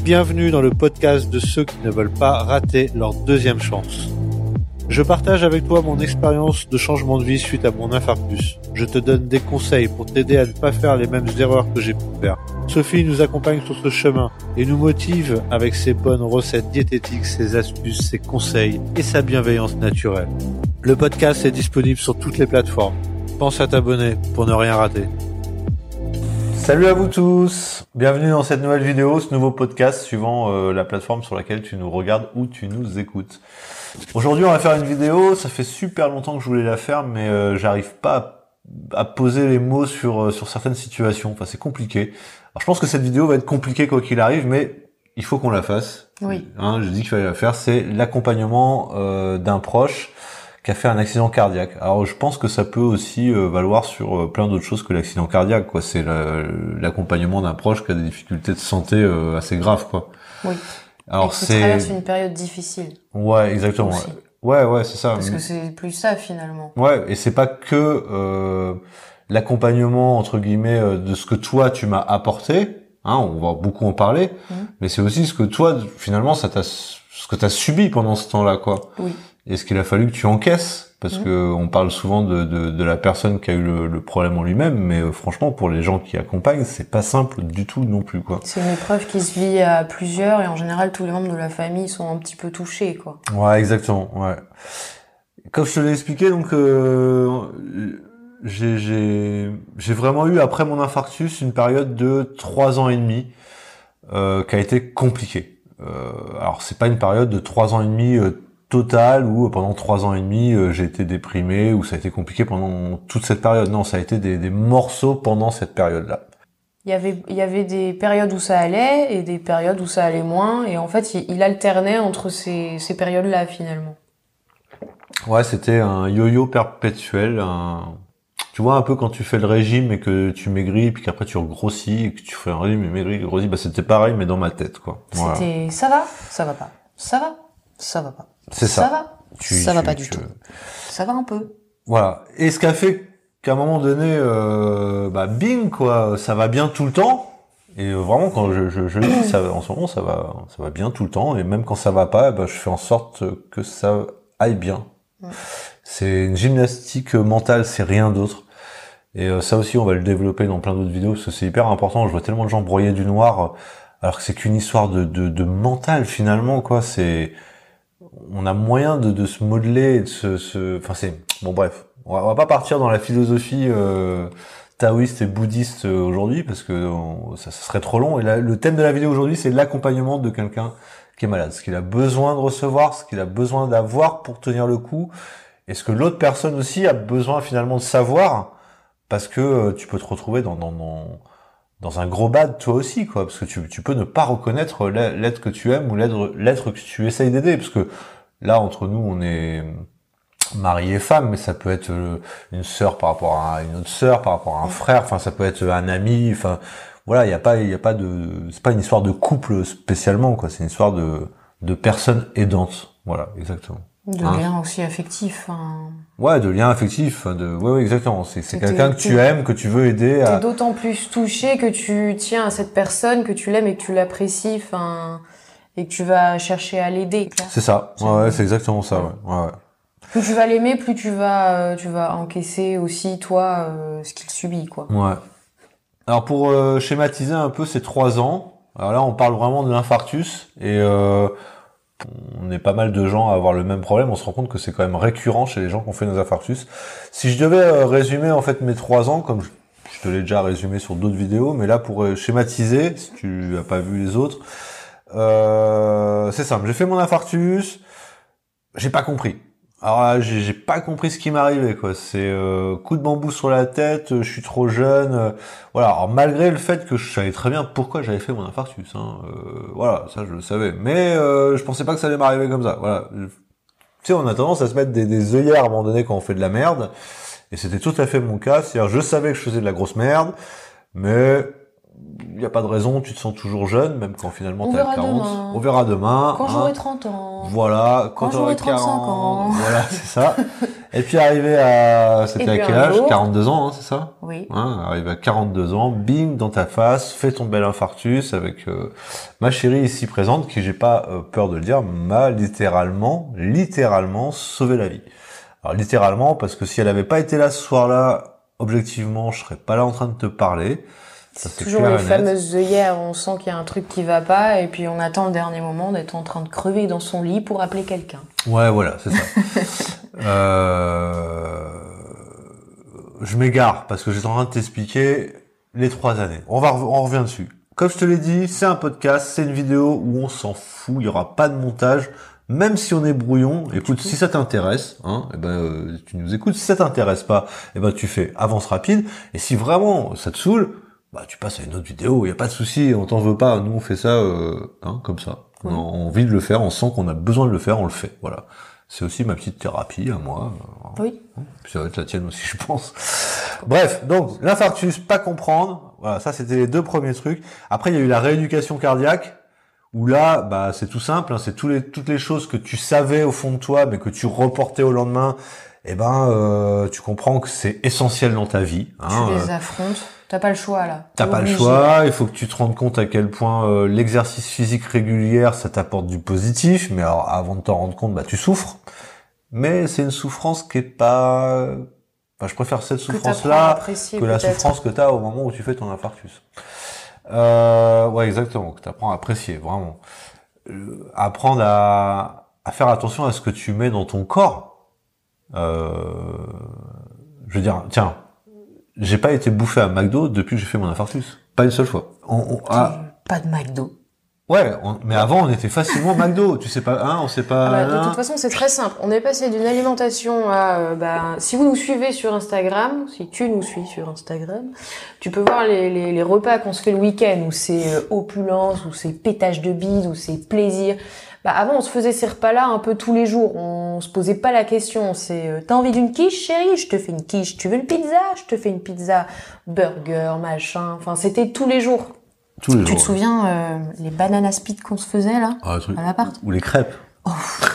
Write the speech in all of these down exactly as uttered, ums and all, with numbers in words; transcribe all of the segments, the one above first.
Bienvenue dans le podcast de ceux qui ne veulent pas rater leur deuxième chance. Je partage avec toi mon expérience de changement de vie suite à mon infarctus. Je te donne des conseils pour t'aider à ne pas faire les mêmes erreurs que j'ai pu faire. Sophie nous accompagne sur ce chemin et nous motive avec ses bonnes recettes diététiques, ses astuces, ses conseils et sa bienveillance naturelle. Le podcast est disponible sur toutes les plateformes. Pense à t'abonner pour ne rien rater. Salut à vous tous, bienvenue dans cette nouvelle vidéo, ce nouveau podcast suivant euh, la plateforme sur laquelle tu nous regardes ou tu nous écoutes. Aujourd'hui on va faire une vidéo, ça fait super longtemps que je voulais la faire mais euh, j'arrive pas à, à poser les mots sur, euh, sur certaines situations, enfin c'est compliqué. Alors je pense que cette vidéo va être compliquée quoi qu'il arrive mais il faut qu'on la fasse. Oui. Hein, j'ai dit qu'il fallait la faire, c'est l'accompagnement euh, d'un proche qui a fait un accident cardiaque. Alors je pense que ça peut aussi euh, valoir sur euh, plein d'autres choses que l'accident cardiaque, quoi. C'est la, l'accompagnement d'un proche qui a des difficultés de santé euh, assez graves, quoi. Oui. Alors et qui c'est traverse une période difficile. Ouais, exactement. Aussi. Ouais, ouais, c'est ça. Parce que c'est plus ça finalement. Ouais, et c'est pas que euh, l'accompagnement entre guillemets euh, de ce que toi tu m'as apporté, hein, on va beaucoup en parler, mmh. mais c'est aussi ce que toi finalement ça t'a ce que t'as subi pendant ce temps-là, quoi. Oui. Et ce qu'il a fallu que tu encaisses, parce mmh. que on parle souvent de, de, de la personne qui a eu le, le problème en lui-même, mais euh, franchement, pour les gens qui accompagnent, c'est pas simple du tout non plus, quoi. C'est une épreuve qui se vit à plusieurs, et en général, tous les membres de la famille sont un petit peu touchés, quoi. Ouais, exactement, ouais. Comme je te l'ai expliqué, donc, euh, j'ai, j'ai, j'ai vraiment eu, après mon infarctus, une période de trois ans et demi, euh, qui a été compliquée. Euh, alors, c'est pas une période de trois ans et demi, euh, total où pendant trois ans et demi euh, j'ai été déprimé, où ça a été compliqué pendant toute cette période. Non, ça a été des, des morceaux pendant cette période-là. Il y avait il y avait des périodes où ça allait et des périodes où ça allait moins, et en fait il, il alternait entre ces, ces périodes-là finalement. Ouais, c'était un yo-yo perpétuel. Un... Tu vois un peu quand tu fais le régime et que tu maigris, puis qu'après tu regrossis, et que tu fais un régime et maigris, grossis, bah c'était pareil mais dans ma tête, quoi. Voilà. C'était ça va, ça va pas, ça va, ça va pas. C'est ça. Ça va. Tu, ça va tu, pas du tu... tout. Ça va un peu. Voilà. Et ce qui a fait qu'à un moment donné, euh, bah bing quoi, ça va bien tout le temps. Et vraiment quand je je, je le dis, ça, en ce moment ça va, ça va bien tout le temps. Et même quand ça va pas, bah, je fais en sorte que ça aille bien. Ouais. C'est une gymnastique mentale, c'est rien d'autre. Et euh, ça aussi, on va le développer dans plein d'autres vidéos parce que c'est hyper important. Je vois tellement de gens broyer du noir, alors que c'est qu'une histoire de de, de mental finalement, quoi. C'est on a moyen de, de se modeler, de se, se, enfin c'est, bon bref, on va, on va pas partir dans la philosophie euh, taoïste et bouddhiste euh, aujourd'hui parce que on, ça, ça serait trop long. Et là, le thème de la vidéo aujourd'hui, c'est l'accompagnement de quelqu'un qui est malade, ce qu'il a besoin de recevoir, ce qu'il a besoin d'avoir pour tenir le coup, et ce que l'autre personne aussi a besoin finalement de savoir, parce que euh, tu peux te retrouver dans, dans, dans dans un gros bad toi aussi, quoi, parce que tu, tu peux ne pas reconnaître l'être que tu aimes ou l'être, l'être que tu essayes d'aider, parce que là, entre nous, on est mari et femme, mais ça peut être une sœur par rapport à une autre sœur, par rapport à un frère, enfin, ça peut être un ami, enfin, voilà, il y a pas, il y a pas de, c'est pas une histoire de couple spécialement, quoi, c'est une histoire de, de personnes aidantes, voilà, exactement. De hein. Liens aussi affectifs. Hein. Ouais, de liens affectifs. De... Ouais, ouais, exactement. C'est, c'est quelqu'un que tu aimes, que tu veux aider. À... T'es d'autant plus touché que tu tiens à cette personne, que tu l'aimes et que tu l'apprécies, enfin, et que tu vas chercher à l'aider. C'est ça. Ouais, ouais, c'est exactement ça. Ouais. Ouais, ouais. Plus tu vas l'aimer, plus tu vas, euh, tu vas encaisser aussi toi euh, ce qu'il subit, quoi. Ouais. Alors pour euh, schématiser un peu ces trois ans, alors là on parle vraiment de l'infarctus et euh, on est pas mal de gens à avoir le même problème. On se rend compte que c'est quand même récurrent chez les gens qui ont fait des infarctus. Si je devais euh, résumer en fait mes trois ans, comme je, je te l'ai déjà résumé sur d'autres vidéos, mais là pour euh, schématiser, si tu n'as pas vu les autres, euh, c'est simple. J'ai fait mon infarctus, j'ai pas compris. Alors là, j'ai, j'ai pas compris ce qui m'arrivait, quoi. C'est euh, coup de bambou sur la tête, euh, je suis trop jeune, euh, voilà. Alors malgré le fait que je savais très bien pourquoi j'avais fait mon infarctus, hein, euh, voilà, ça je le savais. Mais euh, je pensais pas que ça allait m'arriver comme ça, voilà. Tu sais, on a tendance à se mettre des, des œillères à un moment donné quand on fait de la merde, et c'était tout à fait mon cas. C'est-à-dire, je savais que je faisais de la grosse merde, mais il n'y a pas de raison, tu te sens toujours jeune, même quand finalement t'as quarante. Demain. On verra demain. Quand hein. j'aurai trente ans. Voilà. Quand, quand j'aurai trente-cinq ans. Voilà, c'est ça. Et puis arrivé à, c'était à quel âge? jour... quarante-deux ans, hein, c'est ça? Oui. Hein, arrivé à quarante-deux ans, bing, dans ta face, fais ton bel infarctus avec euh, ma chérie ici présente, qui j'ai pas euh, peur de le dire, m'a littéralement, littéralement sauvé la vie. Alors littéralement, parce que si elle avait pas été là ce soir-là, objectivement, je serais pas là en train de te parler. Ça, c'est toujours les fameuses œillères, on sent qu'il y a un truc qui va pas, et puis on attend le dernier moment d'être en train de crever dans son lit pour appeler quelqu'un. Ouais, voilà, c'est ça. euh... Je m'égare, parce que j'étais en train de t'expliquer les trois années. On va, on revient dessus. Comme je te l'ai dit, c'est un podcast, c'est une vidéo où on s'en fout, il y aura pas de montage, même si on est brouillon. Écoute, si ça t'intéresse, hein, eh ben, euh, tu nous écoutes. Si ça t'intéresse pas, eh ben, tu fais avance rapide. Et si vraiment ça te saoule, bah tu passes à une autre vidéo, il y a pas de souci, on t'en veut pas, nous on fait ça euh, hein, comme ça. Oui. On a envie de le faire, on sent qu'on a besoin de le faire, on le fait, voilà. C'est aussi ma petite thérapie à moi. Oui. Puis ça va être la tienne aussi, je pense. Bref, donc l'infarctus, pas comprendre, voilà, ça c'était les deux premiers trucs. Après il y a eu la rééducation cardiaque, où là, bah c'est tout simple, hein, c'est tous les, toutes les choses que tu savais au fond de toi, mais que tu reportais au lendemain, eh ben euh, tu comprends que c'est essentiel dans ta vie. Hein, tu les affrontes. T'as pas le choix, là. T'as pas le choix, il faut que tu te rendes compte à quel point euh, l'exercice physique régulier, ça t'apporte du positif, mais alors avant de t'en rendre compte, bah tu souffres. Mais c'est une souffrance qui est pas... Enfin, je préfère cette souffrance-là que, que la souffrance que t'as au moment où tu fais ton infarctus. Euh, ouais, exactement, que t'apprends à apprécier, vraiment. Euh, apprendre à, à faire attention à ce que tu mets dans ton corps. Euh, je veux dire, tiens... J'ai pas été bouffé à McDo depuis que j'ai fait mon infarctus. Pas une seule fois. On, on, ah, pas de McDo. Ouais, on, mais avant on était facilement McDo. Tu sais pas, hein, on sait pas. Ah bah, de toute façon, c'est très simple. On est passé d'une alimentation à, euh, bah, si vous nous suivez sur Instagram, si tu nous suis sur Instagram, tu peux voir les, les, les repas qu'on se fait le week-end où c'est euh, opulence, où c'est pétage de bise, où c'est plaisir. Bah, avant, on se faisait ces repas-là un peu tous les jours. On se posait pas la question. C'est, euh, t'as envie d'une quiche, chérie? Je te fais une quiche. Tu veux une pizza? Je te fais une pizza. Burger, machin. Enfin, c'était tous les jours. Tous les tu jours. te souviens, euh, les bananas split qu'on se faisait, là? Ah, truc. À l'appart? Ou les crêpes. Oh.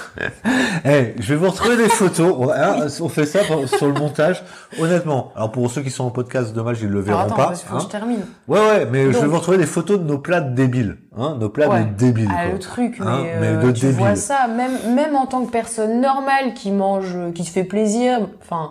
Hey, je vais vous retrouver des photos. On, hein, on fait ça sur le montage. Honnêtement. Alors pour ceux qui sont en podcast, dommage, ils le verront Alors attends, pas. Parce qu'il faut hein. que je termine. Ouais, ouais, mais Donc, je vais vous retrouver des photos de nos plats débiles. Hein, nos plats ouais. de débiles. Ah, quoi. le truc, mais, hein, euh, mais de tu débiles. vois ça, même, même en tant que personne normale qui mange, qui se fait plaisir, enfin,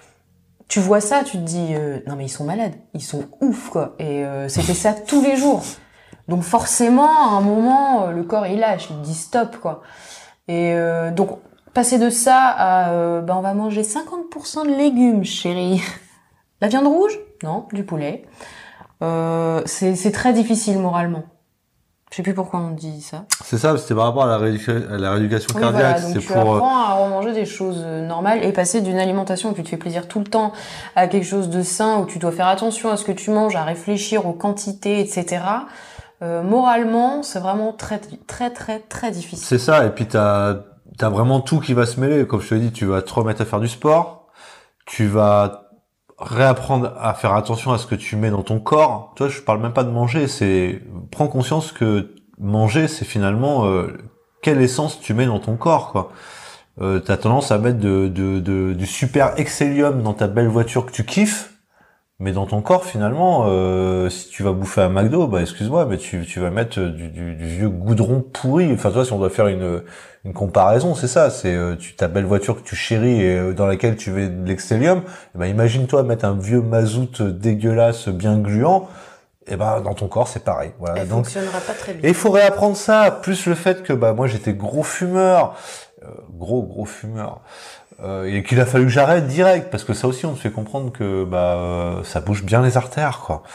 tu vois ça, tu te dis, euh, non mais ils sont malades, ils sont ouf, quoi. Et euh, c'était ça tous les jours. Donc forcément, à un moment, le corps il lâche, il dit stop, quoi. Et euh, donc, passer de ça à, euh, ben on va manger cinquante pour cent de légumes, chérie. La viande rouge? Non, du poulet. Euh, c'est, c'est très difficile moralement. Je sais plus pourquoi on dit ça. C'est ça, c'était par rapport à la, rééducation, à la rééducation oui, cardiaque. Voilà, donc c'est tu pour... apprends à remanger des choses normales et passer d'une alimentation où tu te fais plaisir tout le temps à quelque chose de sain, où tu dois faire attention à ce que tu manges, à réfléchir aux quantités, et cetera. Euh, moralement, c'est vraiment très, très, très, très difficile. C'est ça, et puis t'as, t'as vraiment tout qui va se mêler. Comme je te l'ai dit, tu vas te remettre à faire du sport, tu vas réapprendre à faire attention à ce que tu mets dans ton corps. Toi, je parle même pas de manger, c'est prends conscience que manger, c'est finalement euh, quelle essence tu mets dans ton corps, quoi. Euh, t'as tendance à mettre de, de, de, du super excellium dans ta belle voiture que tu kiffes, mais dans ton corps, finalement, euh, si tu vas bouffer à McDo, bah excuse-moi, mais tu, tu vas mettre du, du, du vieux goudron pourri. Enfin, toi, si on doit faire une, une comparaison, c'est ça. C'est euh, tu, ta belle voiture que tu chéris et euh, dans laquelle tu mets de l'excellium. Eh ben, imagine-toi mettre un vieux mazout dégueulasse, bien gluant. Et ben, dans ton corps, c'est pareil. Voilà. Elle Donc, fonctionnera pas très bien. Et il faut réapprendre ça. Plus le fait que bah moi, j'étais gros fumeur, euh, gros gros fumeur. Euh, et qu'il a fallu que j'arrête direct, parce que ça aussi on te fait comprendre que bah euh, ça bouge bien les artères, quoi.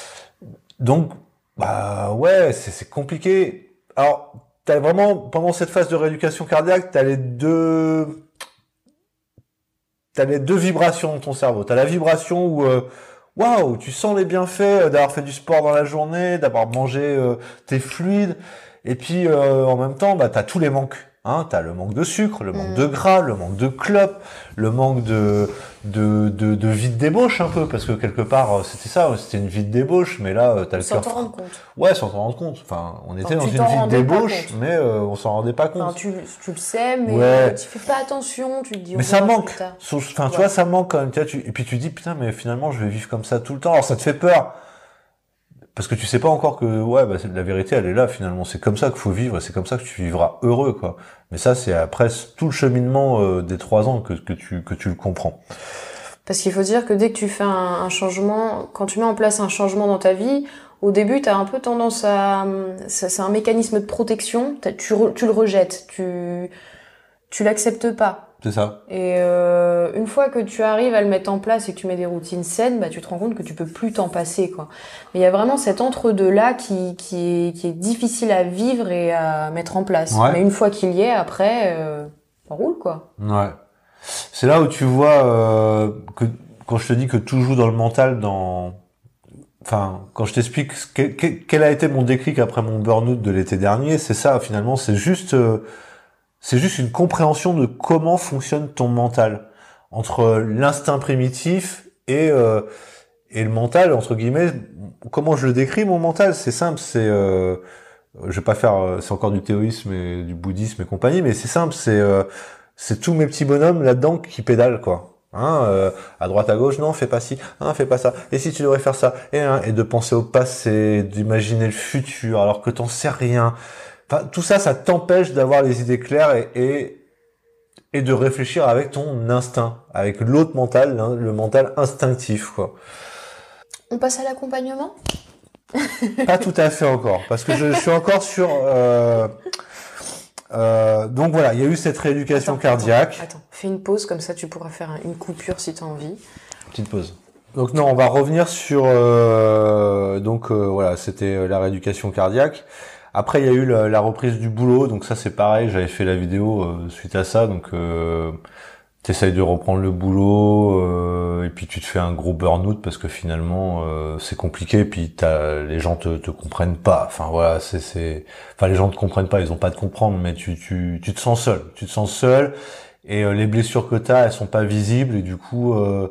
Donc bah ouais, c'est, c'est compliqué. Alors t'as vraiment pendant cette phase de rééducation cardiaque, t'as les deux, t'as les deux vibrations dans ton cerveau. T'as la vibration où euh, waouh, tu sens les bienfaits d'avoir fait du sport dans la journée, d'avoir mangé euh, tes fluides, et puis euh, en même temps bah t'as tous les manques. Hein, t'as le manque de sucre, le manque Mm. de gras, le manque de clopes, le manque de de de, de vie de débauche un peu, parce que quelque part c'était ça, c'était une vie de débauche, mais là t'as le Sans cœur. t'en fr- rendre compte. Ouais, sans t'en rendre compte. Enfin, on était Enfin, dans tu une t'en vie de rendais pas débauche, compte. mais euh, on s'en rendait pas compte. Enfin, tu, tu le sais, mais Ouais. euh, tu fais pas attention, tu te dis. on Mais ça verra manque. plus tard. Sauf- Enfin, tu Ouais. vois, ça manque quand même. Tu vois, tu- Et puis tu dis, putain, mais finalement, je vais vivre comme ça tout le temps. Alors, ça te fait peur. Parce que tu sais pas encore que, ouais, bah, c'est- la vérité, elle est là, finalement. C'est comme ça qu'il faut vivre, c'est comme ça que tu vivras heureux, quoi. Mais ça, c'est après tout le cheminement euh, des trois ans que, que tu, que tu le comprends. Parce qu'il faut dire que dès que tu fais un, un changement, quand tu mets en place un changement dans ta vie, au début, tu as un peu tendance à... ça- C'est un mécanisme de protection, t'as- tu, re- tu le rejettes, tu, tu l'acceptes pas. C'est ça. Et euh, une fois que tu arrives à le mettre en place et que tu mets des routines saines, bah, tu te rends compte que tu peux plus t'en passer, quoi. Mais il y a vraiment cet entre-deux-là qui, qui, est, qui est difficile à vivre et à mettre en place. Ouais. Mais une fois qu'il y est, après, euh, on roule, quoi. Ouais. C'est là où tu vois euh, que quand je te dis que tout joue dans le mental, dans, enfin, quand je t'explique ce que- que- quel a été mon déclic après mon burn-out de l'été dernier, c'est ça finalement, c'est juste, euh, c'est juste une compréhension de comment fonctionne ton mental entre l'instinct primitif et euh, et le mental entre guillemets. Comment je le décris mon mental? C'est simple, c'est euh, je vais pas faire, euh, c'est encore du théoïsme et du bouddhisme et compagnie, mais c'est simple, c'est euh, c'est tous mes petits bonhommes là-dedans qui pédalent, quoi. Hein, euh, à droite à gauche, non, fais pas ci, hein, fais pas ça. Et si tu devrais faire ça, et, hein, et de penser au passé, d'imaginer le futur, alors que t'en sais rien. Enfin, tout ça, ça t'empêche d'avoir les idées claires et, et et de réfléchir avec ton instinct, avec l'autre mental, hein, le mental instinctif, quoi. On passe à l'accompagnement? Pas tout à fait encore, parce que je, je suis encore sur. Euh, euh, donc voilà, il y a eu cette rééducation Attends, cardiaque. Attends, attends, fais une pause, comme ça tu pourras faire un- une coupure si tu as envie. Petite pause. Donc non, on va revenir sur euh, donc euh, voilà, c'était la rééducation cardiaque. Après, il y a eu la, la reprise du boulot, donc ça c'est pareil. J'avais fait la vidéo euh, suite à ça, donc euh, t'essayes de reprendre le boulot euh, et puis tu te fais un gros burn-out parce que finalement euh, c'est compliqué. Et puis t'as, les gens te, te comprennent pas. Enfin voilà, c'est c'est, enfin les gens te comprennent pas, ils ont pas de comprendre, mais tu tu tu te sens seul, tu te sens seul et euh, les blessures que t'as, elles sont pas visibles et du coup euh,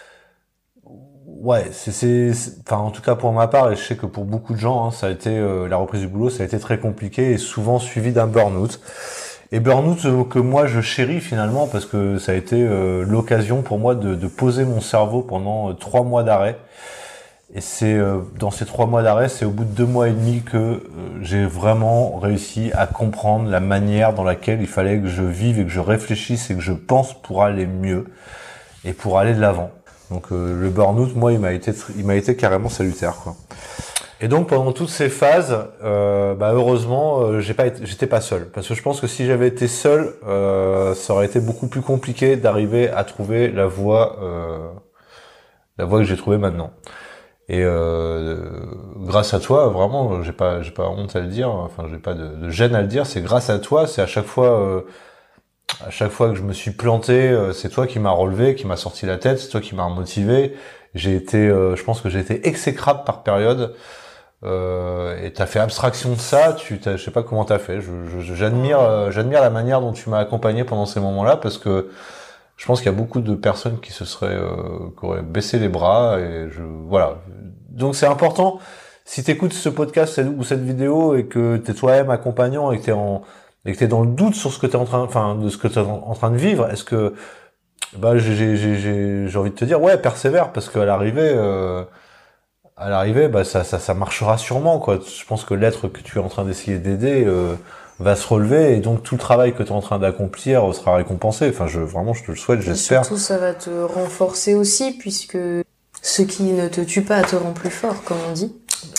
ouais, c'est, c'est, c'est- enfin, en tout cas pour ma part, et je sais que pour beaucoup de gens, hein, ça a été euh, la reprise du boulot, ça a été très compliqué et souvent suivi d'un burn-out. Et burn-out euh, que moi je chéris finalement parce que ça a été euh, l'occasion pour moi de, de poser mon cerveau pendant euh, trois mois d'arrêt. Et c'est euh, dans ces trois mois d'arrêt, c'est au bout de deux mois et demi que euh, j'ai vraiment réussi à comprendre la manière dans laquelle il fallait que je vive et que je réfléchisse et que je pense pour aller mieux et pour aller de l'avant. Donc euh, le burn-out, moi, il m'a été, tr- il m'a été carrément salutaire, quoi. Et donc pendant toutes ces phases, euh, bah heureusement, euh, j'ai pas été, j'étais pas seul, parce que je pense que si j'avais été seul, euh, ça aurait été beaucoup plus compliqué d'arriver à trouver la voie, euh, la voie que j'ai trouvée maintenant. Et euh, grâce à toi, vraiment, j'ai pas, j'ai pas honte à le dire, enfin, j'ai pas de, de gêne à le dire. C'est grâce à toi, c'est à chaque fois. Euh, À chaque fois que je me suis planté, euh, c'est toi qui m'as relevé, qui m'a sorti la tête, c'est toi qui m'as remotivé. J'ai été, euh, je pense que j'ai été exécrable par période. Euh, et t'as fait abstraction de ça. Tu, t'as, je sais pas comment t'as fait. Je, je- j'admire, euh, j'admire la manière dont tu m'as accompagné pendant ces moments-là parce que je pense qu'il y a beaucoup de personnes qui se seraient, euh, qui auraient baissé les bras. Et je, voilà. Donc c'est important. Si t'écoutes ce podcast ou cette vidéo et que t'es toi-même accompagnant et que t'es en et que t'es dans le doute sur ce que t'es en train, enfin, de ce que t'es en en train de vivre, est-ce que, bah, j'ai, j'ai, j'ai, j'ai j'ai envie de te dire, ouais, persévère, parce qu'à l'arrivée, euh, à l'arrivée, bah, ça, ça, ça marchera sûrement, quoi. Je pense que l'être que tu es en train d'essayer d'aider, euh, va se relever, et donc tout le travail que tu es en train d'accomplir sera récompensé. Enfin, je, vraiment, je te le souhaite, Et j'espère. surtout, ça va te renforcer aussi, puisque ce qui ne te tue pas te rend plus fort, comme on dit.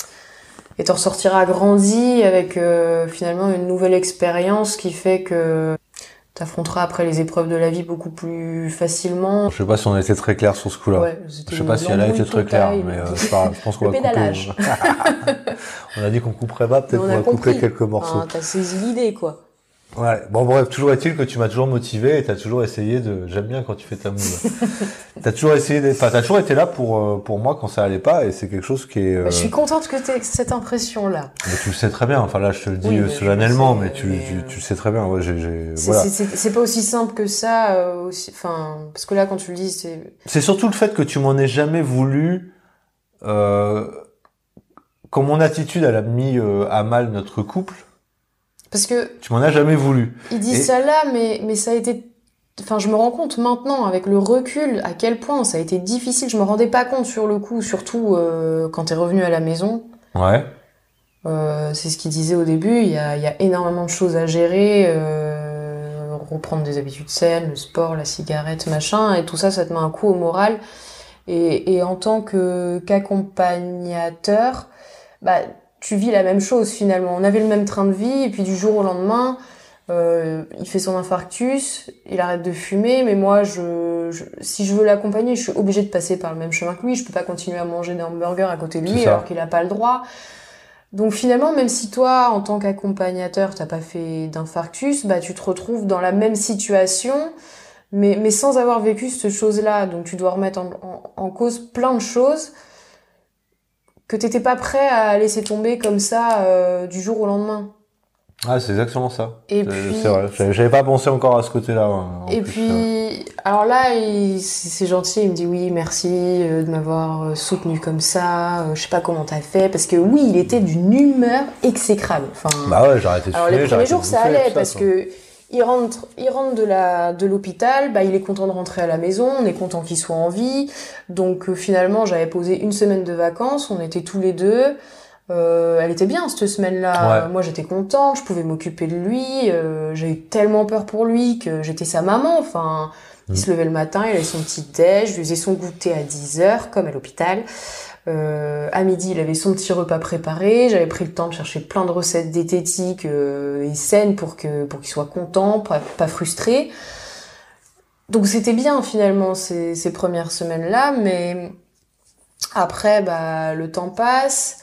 Et t'en ressortiras grandi avec euh, finalement une nouvelle expérience qui fait que t'affronteras après les épreuves de la vie beaucoup plus facilement. Je sais pas si on a été très clair sur ce coup-là. Ouais, Je sais pas si elle a été très claire, mais euh, c'est pas grave. Je pense qu'on Le va pédalage. couper. On a dit qu'on couperait pas, peut-être Mais qu'on on a va couper compris. quelques morceaux. Hein, t'as saisi l'idée, quoi. Ouais. Bon bref, toujours est-il que tu m'as toujours motivé et t'as toujours essayé de. J'aime bien quand tu fais ta move. T'as toujours essayé, de... enfin t'as toujours été là pour euh, pour moi quand ça allait pas et c'est quelque chose qui est. Euh... Bah, je suis contente que t'aies cette impression-là. Mais tu le sais très bien. Enfin là, je te le dis Oui, euh, mais solennellement, sais, mais, tu, mais tu, euh... tu le sais très bien. Ouais, j'ai, j'ai... C'est, voilà. c'est, c'est, c'est pas aussi simple que ça. Euh, aussi... Enfin, parce que là, quand tu le dis, c'est. C'est surtout le fait que tu m'en aies jamais voulu. Euh... Quand mon attitude elle a mis euh, à mal notre couple. Parce que. Tu m'en as jamais voulu. Il dit et... ça là, mais mais ça a été. Enfin, je me rends compte maintenant, avec le recul, à quel point ça a été difficile. Je me rendais pas compte sur le coup, surtout euh, quand t'es revenu à la maison. Ouais. Euh, c'est ce qu'il disait au début. Il y a, il y a énormément de choses à gérer. Euh, reprendre des habitudes saines, le sport, la cigarette, machin, et tout ça, ça te met un coup au moral. Et, et en tant que qu'accompagnateur, bah tu vis la même chose finalement. On avait le même train de vie, et puis du jour au lendemain. Euh, il fait son infarctus, il arrête de fumer, mais moi, je, je si je veux l'accompagner, je suis obligée de passer par le même chemin que lui. Je peux pas continuer à manger des hamburgers à côté de lui alors qu'il a pas le droit. Donc finalement, même si toi, en tant qu'accompagnateur, t'as pas fait d'infarctus, bah tu te retrouves dans la même situation, mais mais sans avoir vécu cette chose-là. Donc tu dois remettre en, en, en cause plein de choses que t'étais pas prêt à laisser tomber comme ça euh, du jour au lendemain. Ah, c'est exactement ça. Et c'est, puis, c'est vrai. J'avais, j'avais pas pensé encore à ce côté-là. Ouais, et plus, puis, euh... alors là, il, c'est gentil. Il me dit oui, merci euh, de m'avoir soutenu comme ça. Euh, je sais pas comment t'as fait, parce que oui, il était d'une humeur exécrable. Enfin. Bah ouais, j'ai arrêté de Alors fumer, les premiers jours, ça bouffer, allait ça, parce quoi. que il rentre, il rentre de la de l'hôpital. Bah, il est content de rentrer à la maison. On est content qu'il soit en vie. Donc euh, finalement, j'avais posé une semaine de vacances. On était tous les deux. Euh, elle était bien cette semaine-là. Ouais. Moi, j'étais contente, je pouvais m'occuper de lui. Euh, j'ai eu tellement peur pour lui que j'étais sa maman. Enfin, mmh. Il se levait le matin, il avait son petit déj, je lui faisais son goûter à dix heures, comme à l'hôpital. Euh, à midi, il avait son petit repas préparé. J'avais pris le temps de chercher plein de recettes diététiques euh, et saines pour que pour qu'il soit content, pas, pas frustré. Donc c'était bien finalement ces, ces premières semaines-là, mais après, bah le temps passe.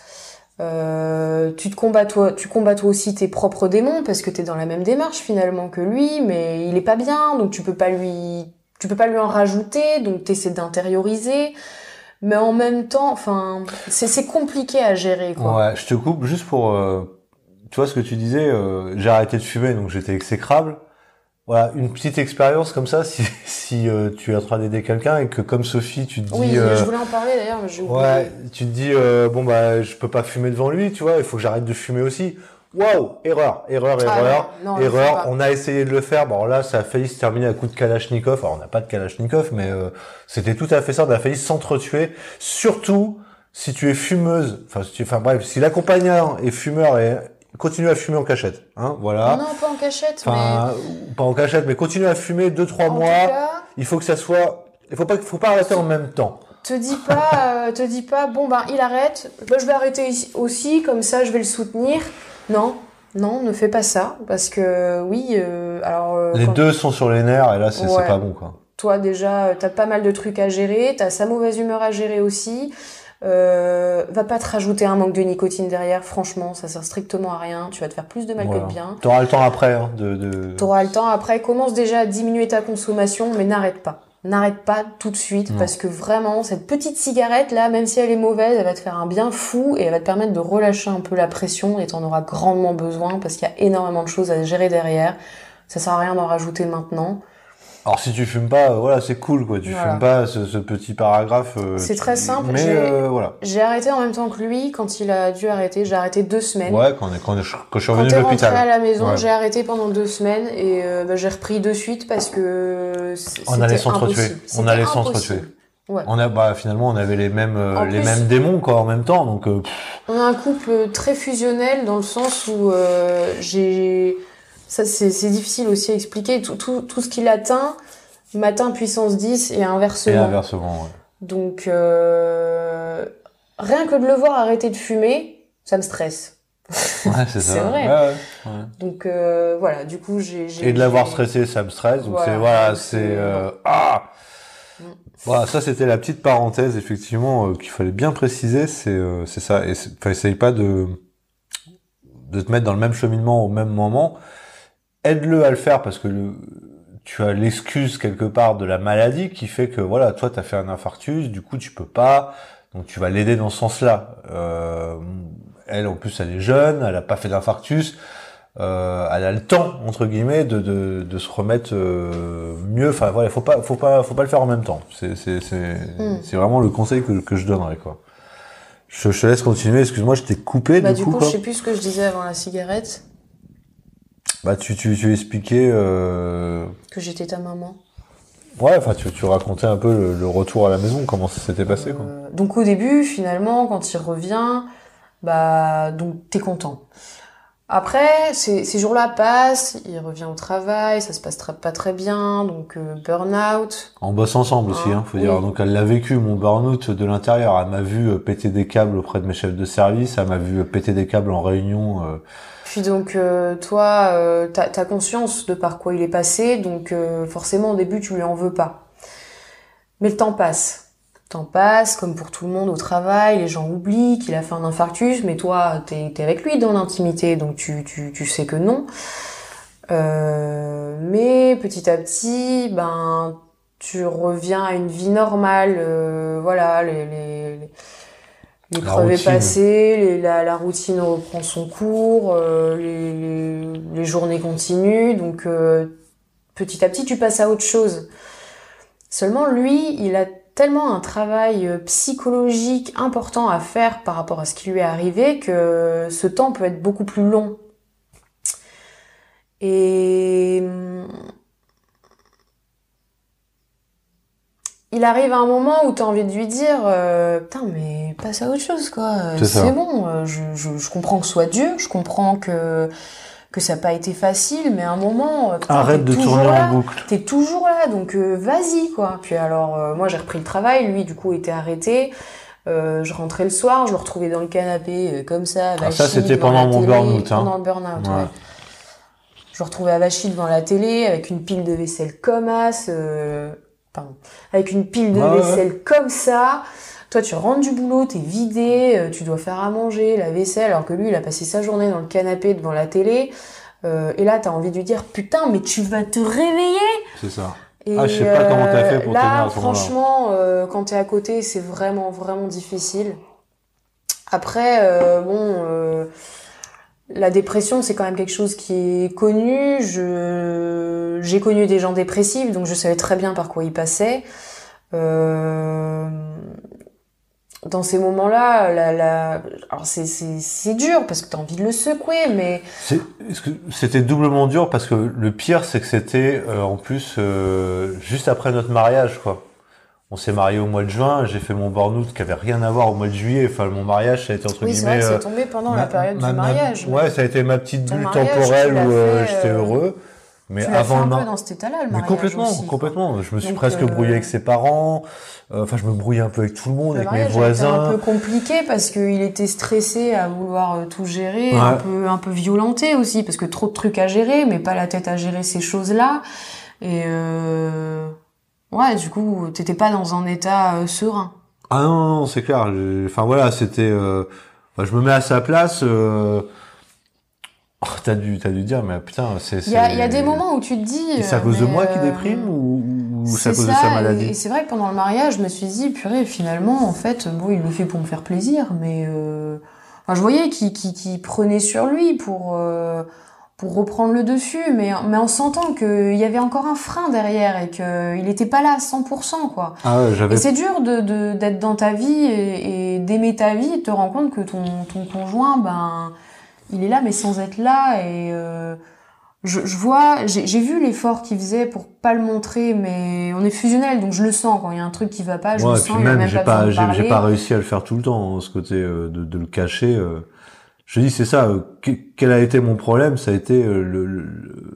Euh, tu te combats toi, tu combats toi aussi tes propres démons parce que t'es dans la même démarche finalement que lui, mais il est pas bien, donc tu peux pas lui, tu peux pas lui en rajouter, donc t'essaies d'intérioriser, mais en même temps, enfin, c'est c'est compliqué à gérer quoi. Ouais, je te coupe juste pour, euh, tu vois ce que tu disais, euh, j'ai arrêté de fumer donc j'étais exécrable. Voilà, une petite expérience comme ça, si, si euh, tu es en train d'aider quelqu'un et que comme Sophie, tu te dis... Oui, euh, je voulais en parler d'ailleurs, mais j'ai oublié. Ouais, tu te dis, euh, bon bah je peux pas fumer devant lui, tu vois, il faut que j'arrête de fumer aussi. Waouh, erreur, erreur, Ah erreur, non, non, erreur. On a essayé de le faire, bon là ça a failli se terminer à coup de Kalachnikov, alors on n'a pas de Kalachnikov, mais euh, c'était tout à fait ça, on a failli s'entretuer, surtout si tu es fumeuse, enfin, si tu, enfin bref, si l'accompagnant est fumeur et... Continue à fumer en cachette, hein, voilà. Non, pas en cachette, enfin, mais... pas en cachette, mais continue à fumer deux, trois en mois. Tout cas, il faut que ça soit, il faut pas, faut pas arrêter en même temps. Te dis pas, euh, te dis pas, bon ben il arrête, ben, je vais arrêter aussi, comme ça je vais le soutenir. Non, non, ne fais pas ça, parce que oui, euh, alors... Euh, les quand... deux sont sur les nerfs, et là c'est, ouais. c'est pas bon, quoi. Toi déjà, t'as pas mal de trucs à gérer, t'as sa mauvaise humeur à gérer aussi. Euh, va pas te rajouter un manque de nicotine derrière, franchement, ça sert strictement à rien. Tu vas te faire plus de mal voilà. que de bien. T'auras le temps après, hein, de, de... T'auras le temps après. Commence déjà à diminuer ta consommation, mais n'arrête pas. N'arrête pas tout de suite, non. Parce que vraiment, cette petite cigarette là, même si elle est mauvaise, elle va te faire un bien fou et elle va te permettre de relâcher un peu la pression et t'en auras grandement besoin parce qu'il y a énormément de choses à gérer derrière. Ça sert à rien d'en rajouter maintenant. Alors si tu fumes pas, euh, voilà, c'est cool quoi. Tu voilà. fumes pas ce, ce petit paragraphe. Euh, c'est très simple. Mais j'ai, euh, voilà. J'ai arrêté en même temps que lui quand il a dû arrêter. J'ai arrêté deux semaines. Ouais, quand, quand, quand je suis revenu de l'hôpital. Quand t'es rentré à la maison, ouais. J'ai arrêté pendant deux semaines et euh, bah, j'ai repris de suite parce que c'était on allait s'entretuer. On allait s'entretuer. Ouais. On a, bah finalement, on avait les mêmes, euh, les plus, mêmes démons quoi en même temps. Donc. Euh, on a un couple très fusionnel dans le sens où euh, j'ai, ça c'est, c'est difficile aussi à expliquer. Tout, tout, tout ce qu'il atteint. Matin puissance dix et inversement. Et inversement, ouais. Donc, euh, rien que de le voir arrêter de fumer, ça me stresse. Ouais, c'est ça. C'est vrai. Ouais, ouais, ouais. Donc, euh, voilà, du coup, j'ai... j'ai et de l'avoir j'ai... stressé, ça me stresse. Donc, voilà, c'est... Voilà, donc c'est... c'est... Euh, ah mm. Voilà, ça, c'était la petite parenthèse, effectivement, euh, qu'il fallait bien préciser. C'est, euh, c'est ça. Et c'est, 'fin, essaye pas de... de te mettre dans le même cheminement au même moment. aide-le à le faire parce que le, tu as l'excuse quelque part de la maladie qui fait que voilà, toi t'as fait un infarctus, du coup tu peux pas, donc tu vas l'aider dans ce sens-là. Euh, elle en plus elle est jeune, elle a pas fait d'infarctus, euh, elle a le temps entre guillemets de de, de se remettre euh, mieux. Enfin voilà, faut pas faut pas faut pas le faire en même temps. C'est c'est c'est mm. c'est vraiment le conseil que que je donnerais quoi. Je, je te laisse continuer. Excuse-moi, je t'ai coupé bah, du, du coup. coup, Quoi. Je sais plus ce que je disais avant la cigarette. Bah tu tu tu expliquais euh... que j'étais ta maman. Ouais, enfin tu tu racontais un peu le, le retour à la maison, comment ça s'était passé euh, quoi. Donc au début, finalement, quand il revient, bah donc t'es content. Après, ces, ces jours-là passent, il revient au travail, ça se passe très, pas très bien, donc euh, burn-out. On bosse ensemble hein, aussi, hein, faut oui. dire. Donc elle l'a vécu, mon burn-out de l'intérieur. Elle m'a vu euh, péter des câbles auprès de mes chefs de service, elle m'a vu euh, péter des câbles en réunion. Euh... Puis donc euh, toi, euh, t'as, t'as conscience de par quoi il est passé, donc euh, forcément au début tu lui en veux pas. Mais le temps passe. Le temps passe, comme pour tout le monde au travail, les gens oublient qu'il a fait un infarctus, mais toi, t'es, t'es avec lui dans l'intimité, donc tu, tu, tu sais que non. Euh, mais petit à petit, ben, tu reviens à une vie normale, euh, voilà, les, les, les, l'épreuve est passée, les, la, la routine reprend son cours, euh, les, les, les journées continuent, donc euh, petit à petit, tu passes à autre chose. Seulement, lui, il a tellement un travail psychologique important à faire par rapport à ce qui lui est arrivé que ce temps peut être beaucoup plus long. Et il arrive à un moment où tu as envie de lui dire euh, putain mais passe à autre chose quoi, c'est, c'est bon, je, je, je comprends que ce soit dur, je comprends que que ça n'a pas été facile, mais à un moment, putain, arrête de tourner là, en boucle. T'es toujours là, donc euh, vas-y quoi. Puis alors, euh, moi j'ai repris le travail, lui du coup était arrêté. Euh, je rentrais le soir, je le retrouvais dans le canapé euh, comme ça. Ah, ça c'était pendant mon burn-out. Hein. Pendant le burn-out, ouais. ouais. Je le retrouvais avachi devant la télé avec une pile de vaisselle comme as, euh, pardon, avec une pile de ah, vaisselle ouais. comme ça. Toi, tu rentres du boulot, t'es vidé, tu dois faire à manger, la vaisselle, alors que lui, il a passé sa journée dans le canapé devant la télé. Euh, et là, t'as envie de lui dire, putain, mais tu vas te réveiller. C'est ça. Et ah, je sais pas euh, comment t'as fait pour là, tenir à ce franchement, euh, quand t'es à côté, c'est vraiment, vraiment difficile. Après, euh, bon, euh, la dépression, c'est quand même quelque chose qui est connu. Je, j'ai connu des gens dépressifs, donc je savais très bien par quoi ils passaient. Euh... Dans ces moments-là, la, la... alors c'est, c'est, c'est dur parce que t'as envie de le secouer, mais... C'est, est-ce que c'était doublement dur parce que le pire, c'est que c'était euh, en plus euh, juste après notre mariage, quoi. On s'est mariés au mois de juin, j'ai fait mon burn-out qui avait rien à voir au mois de juillet. Enfin, mon mariage, ça a été entre oui, guillemets... Oui, c'est vrai que c'est tombé pendant ma, la période ma, du mariage. Ma, ouais, ça a été ma petite bulle temporelle où euh, j'étais euh... heureux. Mais tu l'as avant fait un le mar... peu dans cet état-là, le mariage. Mais complètement, aussi, complètement. Quoi. Je me suis Donc, presque euh... brouillé avec ses parents. Enfin, euh, je me brouillais un peu avec tout le monde, le avec mes voisins. C'était un peu compliqué parce qu'il était stressé à vouloir tout gérer, ouais. un peu, un peu violenté aussi parce que trop de trucs à gérer, mais pas la tête à gérer ces choses-là. Et euh... ouais, du coup, t'étais pas dans un état euh, serein. Ah non, non, non c'est clair. Enfin voilà, c'était. Euh... Enfin, je me mets à sa place. Euh... Oh, t'as dû, t'as dû dire, mais putain, c'est. Il y a, il y a des moments où tu te dis. Et c'est à cause de moi qui déprime ou, ou c'est à cause ça, de sa maladie? Et c'est vrai que pendant le mariage, je me suis dit, purée, finalement, en fait, bon, il le fait pour me faire plaisir, mais euh... enfin, je voyais qu'il, qu'il, qu'il prenait sur lui pour euh, pour reprendre le dessus, mais mais en sentant qu'il y avait encore un frein derrière et qu'il était pas là à cent pour cent, quoi. Ah ouais, j'avais. Et c'est dur de, de d'être dans ta vie et, et d'aimer ta vie, et de te rendre compte que ton ton conjoint, ben il est là mais sans être là et euh, je, je vois j'ai, j'ai vu l'effort qu'il faisait pour pas le montrer mais on est fusionnel donc je le sens quand il y a un truc qui va pas je ouais, le sens il même, a même j'ai pas, pas de j'ai, j'ai pas réussi à le faire tout le temps hein, ce côté euh, de, de le cacher euh. Je dis c'est ça euh, quel a été mon problème ça a été euh, le, le, le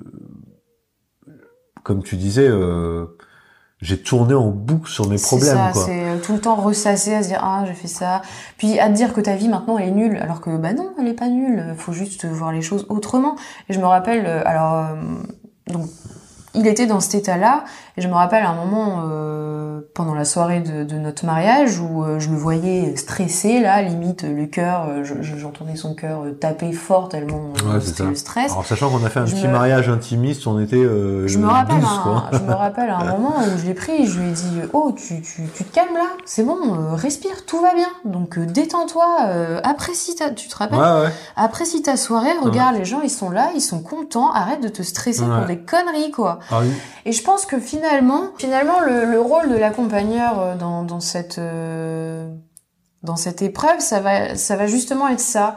comme tu disais euh, j'ai tourné en boucle sur mes c'est problèmes ça, quoi. C'est tout le temps ressasser à se dire ah j'ai fait ça puis à te dire que ta vie maintenant elle est nulle alors que bah non elle est pas nulle faut juste voir les choses autrement et je me rappelle alors euh, donc il était dans cet état-là Et je me rappelle à un moment, euh, pendant la soirée de, de notre mariage, où euh, je le voyais stressé, là, limite le cœur, euh, je- je- j'entendais son cœur euh, taper fort tellement euh, Ouais, c'est c'était ça. le stress. Alors, sachant qu'on a fait un Je petit me- mariage intimiste, on était euh, Je me rappelle, douze, un, quoi. je me rappelle à un moment où je l'ai pris, je lui ai dit oh tu, tu, tu te calmes là, c'est bon, euh, respire, tout va bien, donc euh, détends-toi, euh, apprécie ta, tu te rappelles, Ouais, ouais. apprécie ta soirée, regarde les gens ils sont là, ils sont contents, arrête de te stresser Ouais. pour des conneries quoi. Ah oui. Et je pense que finalement, finalement le, le rôle de l'accompagneur euh, dans, dans cette euh, dans cette épreuve, ça va ça va justement être ça,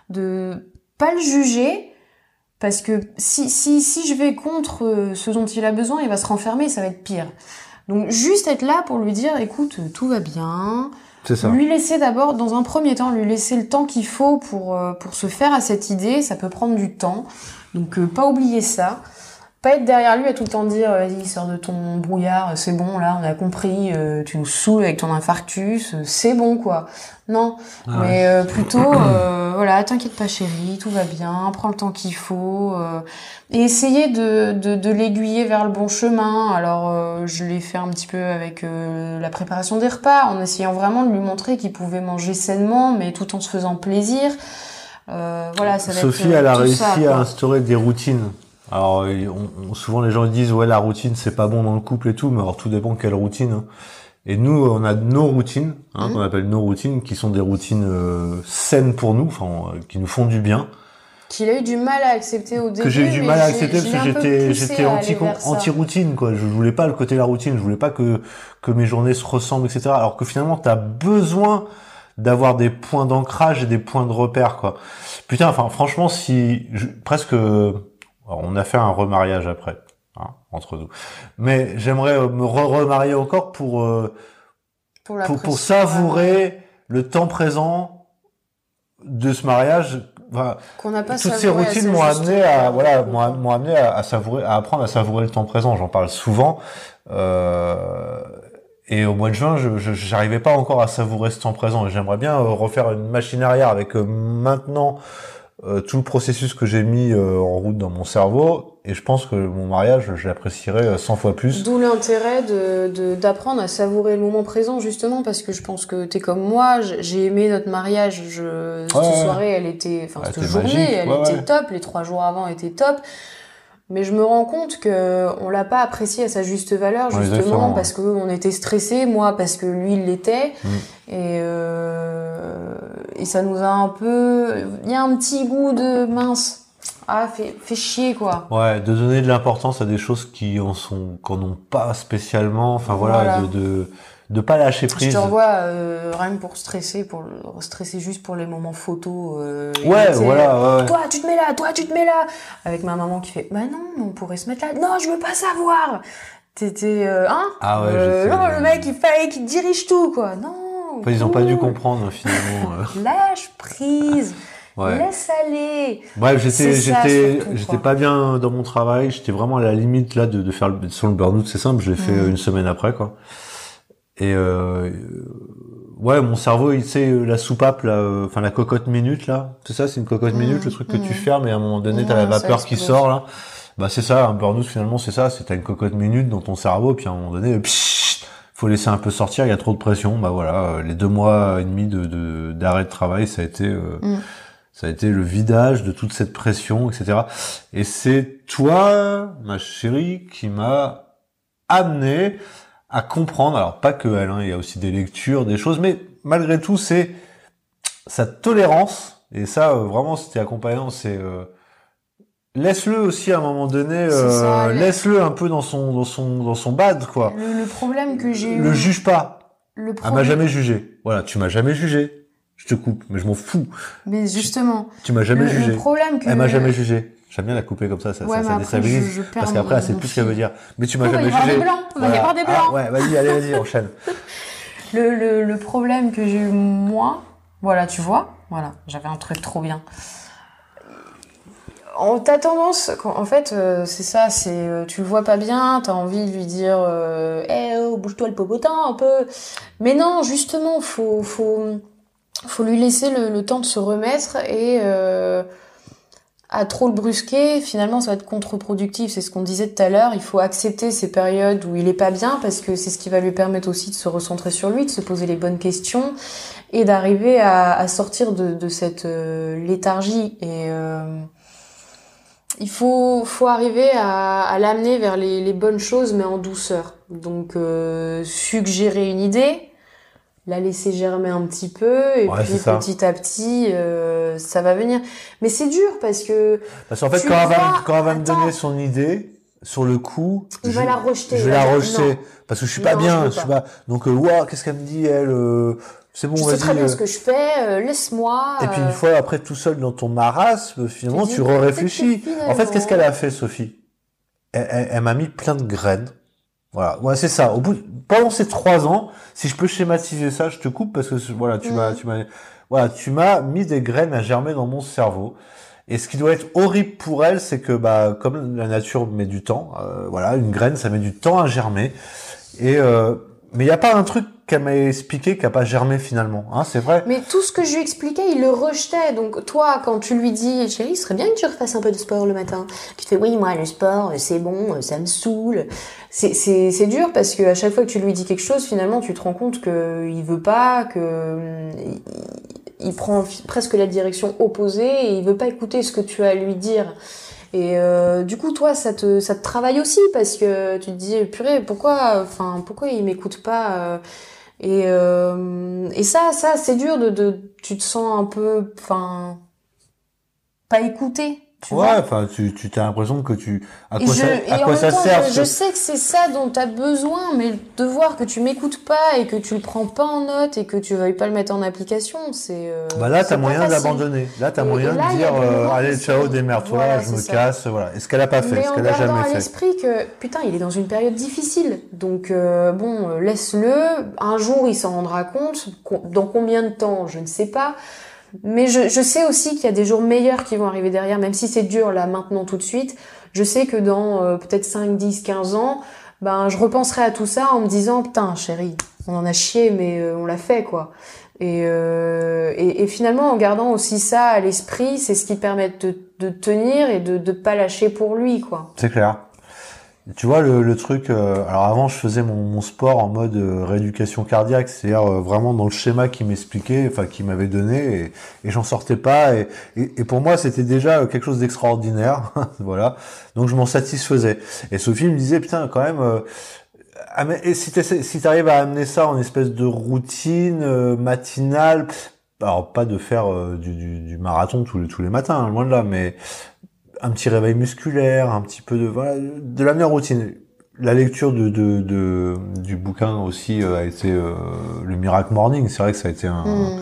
de pas le juger. Parce que si, si, si je vais contre euh, ce dont il a besoin, il va se renfermer, ça va être pire. Donc juste être là pour lui dire, écoute, tout va bien. C'est ça. Lui laisser d'abord, dans un premier temps, lui laisser le temps qu'il faut pour, euh, pour se faire à cette idée. Ça peut prendre du temps. Donc euh, pas oublier ça. Pas être derrière lui à tout le temps dire, vas-y, sors de ton brouillard, c'est bon, là, on a compris, euh, tu nous saoules avec ton infarctus, euh, c'est bon, quoi. Non, Ah mais ouais. euh, plutôt, euh, voilà, t'inquiète pas chérie, tout va bien, prends le temps qu'il faut, euh, et essayer de, de, de l'aiguiller vers le bon chemin. Alors, euh, je l'ai fait un petit peu avec euh, la préparation des repas, en essayant vraiment de lui montrer qu'il pouvait manger sainement, mais tout en se faisant plaisir. Euh, voilà, ça va Sophie, être, euh, elle a tout réussi ça, à quoi. instaurer des routines. Alors, on, on- souvent les gens disent ouais la routine c'est pas bon dans le couple et tout, mais alors tout dépend quelle routine. Hein. Et nous, on a nos routines, hein, Mhm. qu'on appelle nos routines, qui sont des routines euh, saines pour nous, enfin euh, qui nous font du bien. Qu'il a eu du mal à accepter au début. Que j'ai eu du mais mal à j'ai- accepter je parce l'ai que un peu j'étais poussé j'étais à anti aller vers ça. anti routine quoi. Je voulais pas le côté de la routine, je voulais pas que que mes journées se ressemblent, et cetera. Alors que finalement, t'as besoin d'avoir des points d'ancrage et des points de repère quoi. Putain, enfin franchement, si je, presque, alors, on a fait un remariage après, hein, entre nous. Mais j'aimerais euh, me re-remarier encore pour euh, Pour, la pour, pour pression, savourer le temps présent de ce mariage. Enfin, qu'on n'a pas toutes ces savouré à routines sa m'ont juste amené à valeur, voilà du coup, m'ont quoi. m'ont amené à, à savourer, à apprendre à savourer le temps présent. J'en parle souvent. Euh, et au mois de juin, je je- j'arrivais pas encore à savourer ce temps présent. Et j'aimerais bien euh, refaire une machine arrière avec euh, maintenant euh, tout le processus que j'ai mis euh, en route dans mon cerveau. Et je pense que mon mariage, je l'apprécierais euh, cent fois plus. D'où l'intérêt de, de, d'apprendre à savourer le moment présent, justement, parce que je pense que t'es comme moi, j- j'ai aimé notre mariage, je, Ouais, cette ouais. soirée, elle était, enfin, Ouais, cette c'était journée, magique, elle ouais, était ouais. top, les trois jours avant étaient top, mais je me rends compte que on l'a pas apprécié à sa juste valeur, Ouais, justement, exactement, ouais. parce que on était stressés, moi, parce que lui, il l'était, Mm. et, euh, et ça nous a un peu, il y a un petit goût de mince. Ah, fait, fait chier, quoi. Ouais, de donner de l'importance à des choses qui en sont, qu'en ont pas spécialement. Enfin voilà, Voilà. de, de de pas lâcher Je prise. te revois euh, rien que pour stresser, pour le- stresser juste pour les moments photos. Euh, et Ouais, tu sais, voilà, ouais, ouais. Toi, tu te mets là, toi, tu te mets là. Avec ma maman qui fait, bah non, mais on pourrait se mettre là. Non, je veux pas savoir. T'étais, euh, hein Ah ouais, euh, je sais. Non, le mec, il fallait qu'il dirige tout, quoi. Non. Enfin, ils ont pas dû cool. comprendre finalement. euh. Lâche prise. Ouais. Laisse aller. Bref, j'étais, C'est ça, j'étais, surtout, j'étais quoi. pas bien dans mon travail. J'étais vraiment à la limite là de, de faire le, sur le burn-out. C'est simple, je l'ai fait Mm. euh, une semaine après quoi. Et euh, euh, ouais, mon cerveau, il sait la soupape là, euh, enfin la cocotte minute là. C'est ça, c'est une cocotte Mm. minute, le truc que Mm. tu fermes et à un moment donné t'as la Ouais, ça vapeur qui explose. sort là. Bah c'est ça, un burn-out finalement c'est ça, c'est t'as une cocotte minute dans ton cerveau puis à un moment donné, pssst, faut laisser un peu sortir, il y a trop de pression. Bah voilà, euh, les deux mois et demi de, de d'arrêt de travail, ça a été euh, Mm. ça a été le vidage de toute cette pression, et cetera. Et c'est toi, ma chérie, qui m'a amené à comprendre, alors pas que elle, hein, il y a aussi des lectures, des choses, mais malgré tout, c'est sa tolérance, et ça, euh, vraiment, c'était accompagnant, c'est... Euh, laisse-le aussi à un moment donné, C'est euh, ça, laisse-le un peu dans son dans son dans son bad quoi. Le, le problème que j'ai eu. Le juge pas. Le Elle problème. m'a jamais jugé. Voilà, tu m'as jamais jugé. Je te coupe, mais je m'en fous. Mais justement. Tu m'as jamais le, jugé. Le problème que. Elle m'a jamais jugé. J'aime bien la couper comme ça, ça, Ouais, ça, mais ça après, déstabilise. je- je perds Parce qu'après, mon- elle sait mon plus ce qu'elle veut fil. dire. Mais tu m'as Oh, va y jamais avoir jugé. des blancs, va y avoir des blancs. Ah, ouais, vas-y, allez, vas-y, enchaîne. Le, le, le problème que j'ai eu moi, voilà, tu vois, voilà, j'avais un truc trop bien. En t'as tendance, quand- en fait, euh, c'est ça, c'est euh, tu le vois pas bien, t'as envie de lui dire, euh, eh oh, bouge-toi le popotin un peu. Mais non, justement, faut faut faut lui laisser le, le temps de se remettre et euh, à trop le brusquer, finalement, ça va être contre-productif. C'est ce qu'on disait tout à l'heure. Il faut accepter ces périodes où il est pas bien parce que c'est ce qui va lui permettre aussi de se recentrer sur lui, de se poser les bonnes questions et d'arriver à, à sortir de, de cette euh, léthargie. Et euh, il faut, faut arriver à, à l'amener vers les, les bonnes choses, mais en douceur. Donc, euh, suggérer une idée, la laisser germer un petit peu, et Ouais, puis c'est ça. petit à petit, euh, ça va venir. Mais c'est dur parce que Parce qu'en fait, tu quand elle va, vois- me- quand elle va me Attends. donner son idée, sur le coup, Il je, va la rejeter, je il vais va la dire rejeter. non. Parce que je suis Non, pas bien, je veux je suis pas. pas, donc, euh, ouah, qu'est-ce qu'elle me dit, elle, euh, c'est bon, Je vas-y. sais très bien euh. ce que je fais, euh, laisse-moi. Et puis, euh, une fois après, tout seul dans ton marasme, finalement, Tu dis, tu re-réfléchis. peut-être que En fait, finalement- qu'est-ce qu'elle a fait, Sophie? Elle, elle, elle m'a mis plein de graines. Voilà. Ouais, c'est ça. Au bout, pendant ces trois ans, si je peux schématiser ça, je te coupe parce que, voilà, tu Mhm. m'as, tu m'as, voilà, tu m'as mis des graines à germer dans mon cerveau. Et ce qui doit être horrible pour elle, c'est que, bah, comme la nature met du temps, euh, voilà, une graine, ça met du temps à germer. Et, euh, mais il y a pas un truc qu'elle m'a expliqué qui a pas germé finalement, hein, c'est vrai. Mais tout ce que je lui expliquais, il le rejetait. Donc toi, quand tu lui dis, chérie, il serait bien que tu refasses un peu de sport le matin. Tu te fais, oui, moi, le sport, c'est bon, ça me saoule. C'est, c'est, c'est dur parce que à chaque fois que tu lui dis quelque chose, finalement, tu te rends compte que il veut pas, que il, il prend fi- presque la direction opposée et il veut pas écouter ce que tu as à lui dire. Et euh, du coup, toi, ça te, ça te travaille aussi parce que tu te dis, purée, pourquoi, enfin, pourquoi il m'écoute pas euh, et, euh, et ça, ça, c'est dur de, de, tu te sens un peu, enfin, pas écouté, tu Ouais, vois. enfin, tu, tu t'as l'impression que tu, à Et, quoi je, ça, et à en quoi même ça temps, sert, je, ce- je sais que c'est ça dont t'as besoin, mais de voir que tu m'écoutes pas et que tu le prends pas en note et que tu veuilles pas le mettre en application, c'est. Euh, Bah là, c'est t'as pas moyen facile. d'abandonner. Là, t'as Et- moyen et là, de il y a dire, des euh, moments allez, qui ciao, sont- démerde-toi, voilà, je c'est me ça. casse, voilà. Et ce qu'elle a pas fait, Mais ce en qu'elle a gardant jamais à fait. l'esprit que, putain, il est dans une période difficile. Donc, euh, bon, euh, laisse-le. Un jour, il s'en rendra compte. Co- Dans combien de temps, je ne sais pas. Mais je, je sais aussi qu'il y a des jours meilleurs qui vont arriver derrière, même si c'est dur là, maintenant, tout de suite. Je sais que dans euh, peut-être cinq, dix, quinze ans, ben, je repenserai à tout ça en me disant, putain, chérie, on en a chié, mais euh, on l'a fait, quoi. Et, euh, et, et finalement, en gardant aussi ça à l'esprit, c'est ce qui permet de, de tenir et de, de pas lâcher pour lui, quoi. C'est clair. Tu vois, le, le truc, euh, alors avant, je faisais mon, mon sport en mode euh, rééducation cardiaque, c'est-à-dire euh, vraiment dans le schéma qu'il m'expliquait, enfin, qu'il m'avait donné, et, et j'en sortais pas, et, et, et pour moi, c'était déjà euh, quelque chose d'extraordinaire, voilà. Donc, je m'en satisfaisais. Et Sophie me disait, putain, quand même, euh, ah, mais, et si t'essaies- si t'arrives à amener ça en espèce de routine euh, matinale, alors pas de faire euh, du, du, du marathon tous les, tous les matins, hein, loin de là, mais un petit réveil musculaire, un petit peu de voilà, de la meilleure routine. La lecture de, de, de du bouquin aussi euh, a été euh, le Miracle Morning. C'est vrai que ça a été un, Hmm.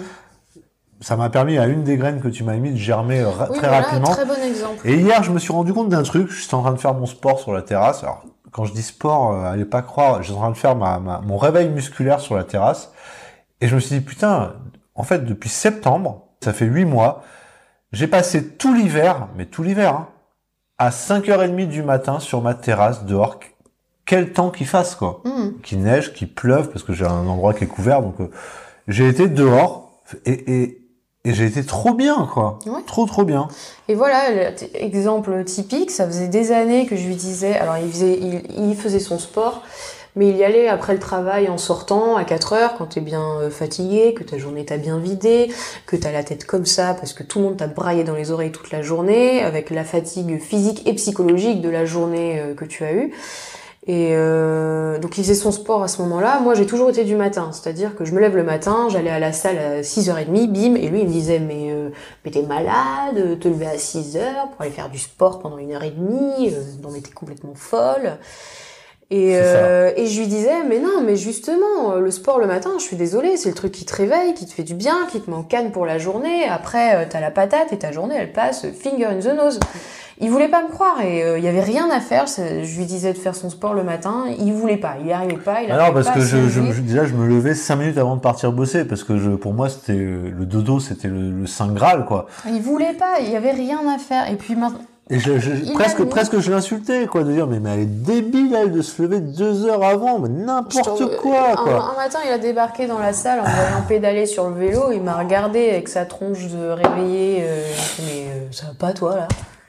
ça m'a permis à une des graines que tu m'as mis de germer euh, ra- Oui, très voilà, rapidement. très bon exemple. Et hier, je me suis rendu compte d'un truc. Je suis en train de faire mon sport sur la terrasse. Alors, quand je dis sport, euh, allez pas croire, je suis en train de faire ma, ma mon réveil musculaire sur la terrasse. Et je me suis dit putain, en fait, depuis septembre, ça fait huit mois. J'ai passé tout l'hiver, mais tout l'hiver, hein, à cinq heures trente du matin sur ma terrasse dehors. Quel temps qu'il fasse, quoi. Hmm. Qu'il neige, qu'il pleuve, parce que j'ai un endroit qui est couvert. Donc, euh, j'ai été dehors et, et, et j'ai été trop bien, quoi. Ouais. Trop, trop bien. Et voilà, le t- exemple typique, ça faisait des années que je lui disais, alors il faisait, il, il faisait son sport, mais il y allait après le travail en sortant à quatre heures quand t'es bien euh, fatigué, que ta journée t'a bien vidé, que t'as la tête comme ça parce que tout le monde t'a braillé dans les oreilles toute la journée, avec la fatigue physique et psychologique de la journée euh, que tu as eue. Et euh, donc il faisait son sport à ce moment-là. Moi j'ai toujours été du matin, c'est-à-dire que je me lève le matin, j'allais à la salle à six heures trente, bim, et lui il me disait mais, euh, mais t'es malade, te lever à six heures pour aller faire du sport pendant une heure et demie, euh, non mais t'es complètement folle. Et, C'est ça. euh, et je lui disais, mais non, mais justement, le sport le matin, je suis désolée, c'est le truc qui te réveille, qui te fait du bien, qui te met en canne pour la journée. Après, euh, t'as la patate et ta journée, elle passe finger in the nose. Il voulait pas me croire et euh, il y avait rien à faire. C'est- Je lui disais de faire son sport le matin, il voulait pas, il y arrivait pas, il arrivait Alors parce pas que à je, se je, lever. je- déjà je me levais cinq minutes avant de partir bosser parce que je, pour moi c'était le dodo, c'était le, le saint graal, quoi. Il voulait pas, il y avait rien à faire. Et puis maintenant, Et je, je- Il presque, l'a mis. presque je l'insultais, quoi, de dire mais, mais elle est débile elle de se lever deux heures avant, mais je n'importe te- quoi, un, quoi. un matin, il a débarqué dans la salle en voyant pédaler sur le vélo, il m'a regardé avec sa tronche de réveillé. Euh, il m'a fait, mais euh, ça va pas toi là?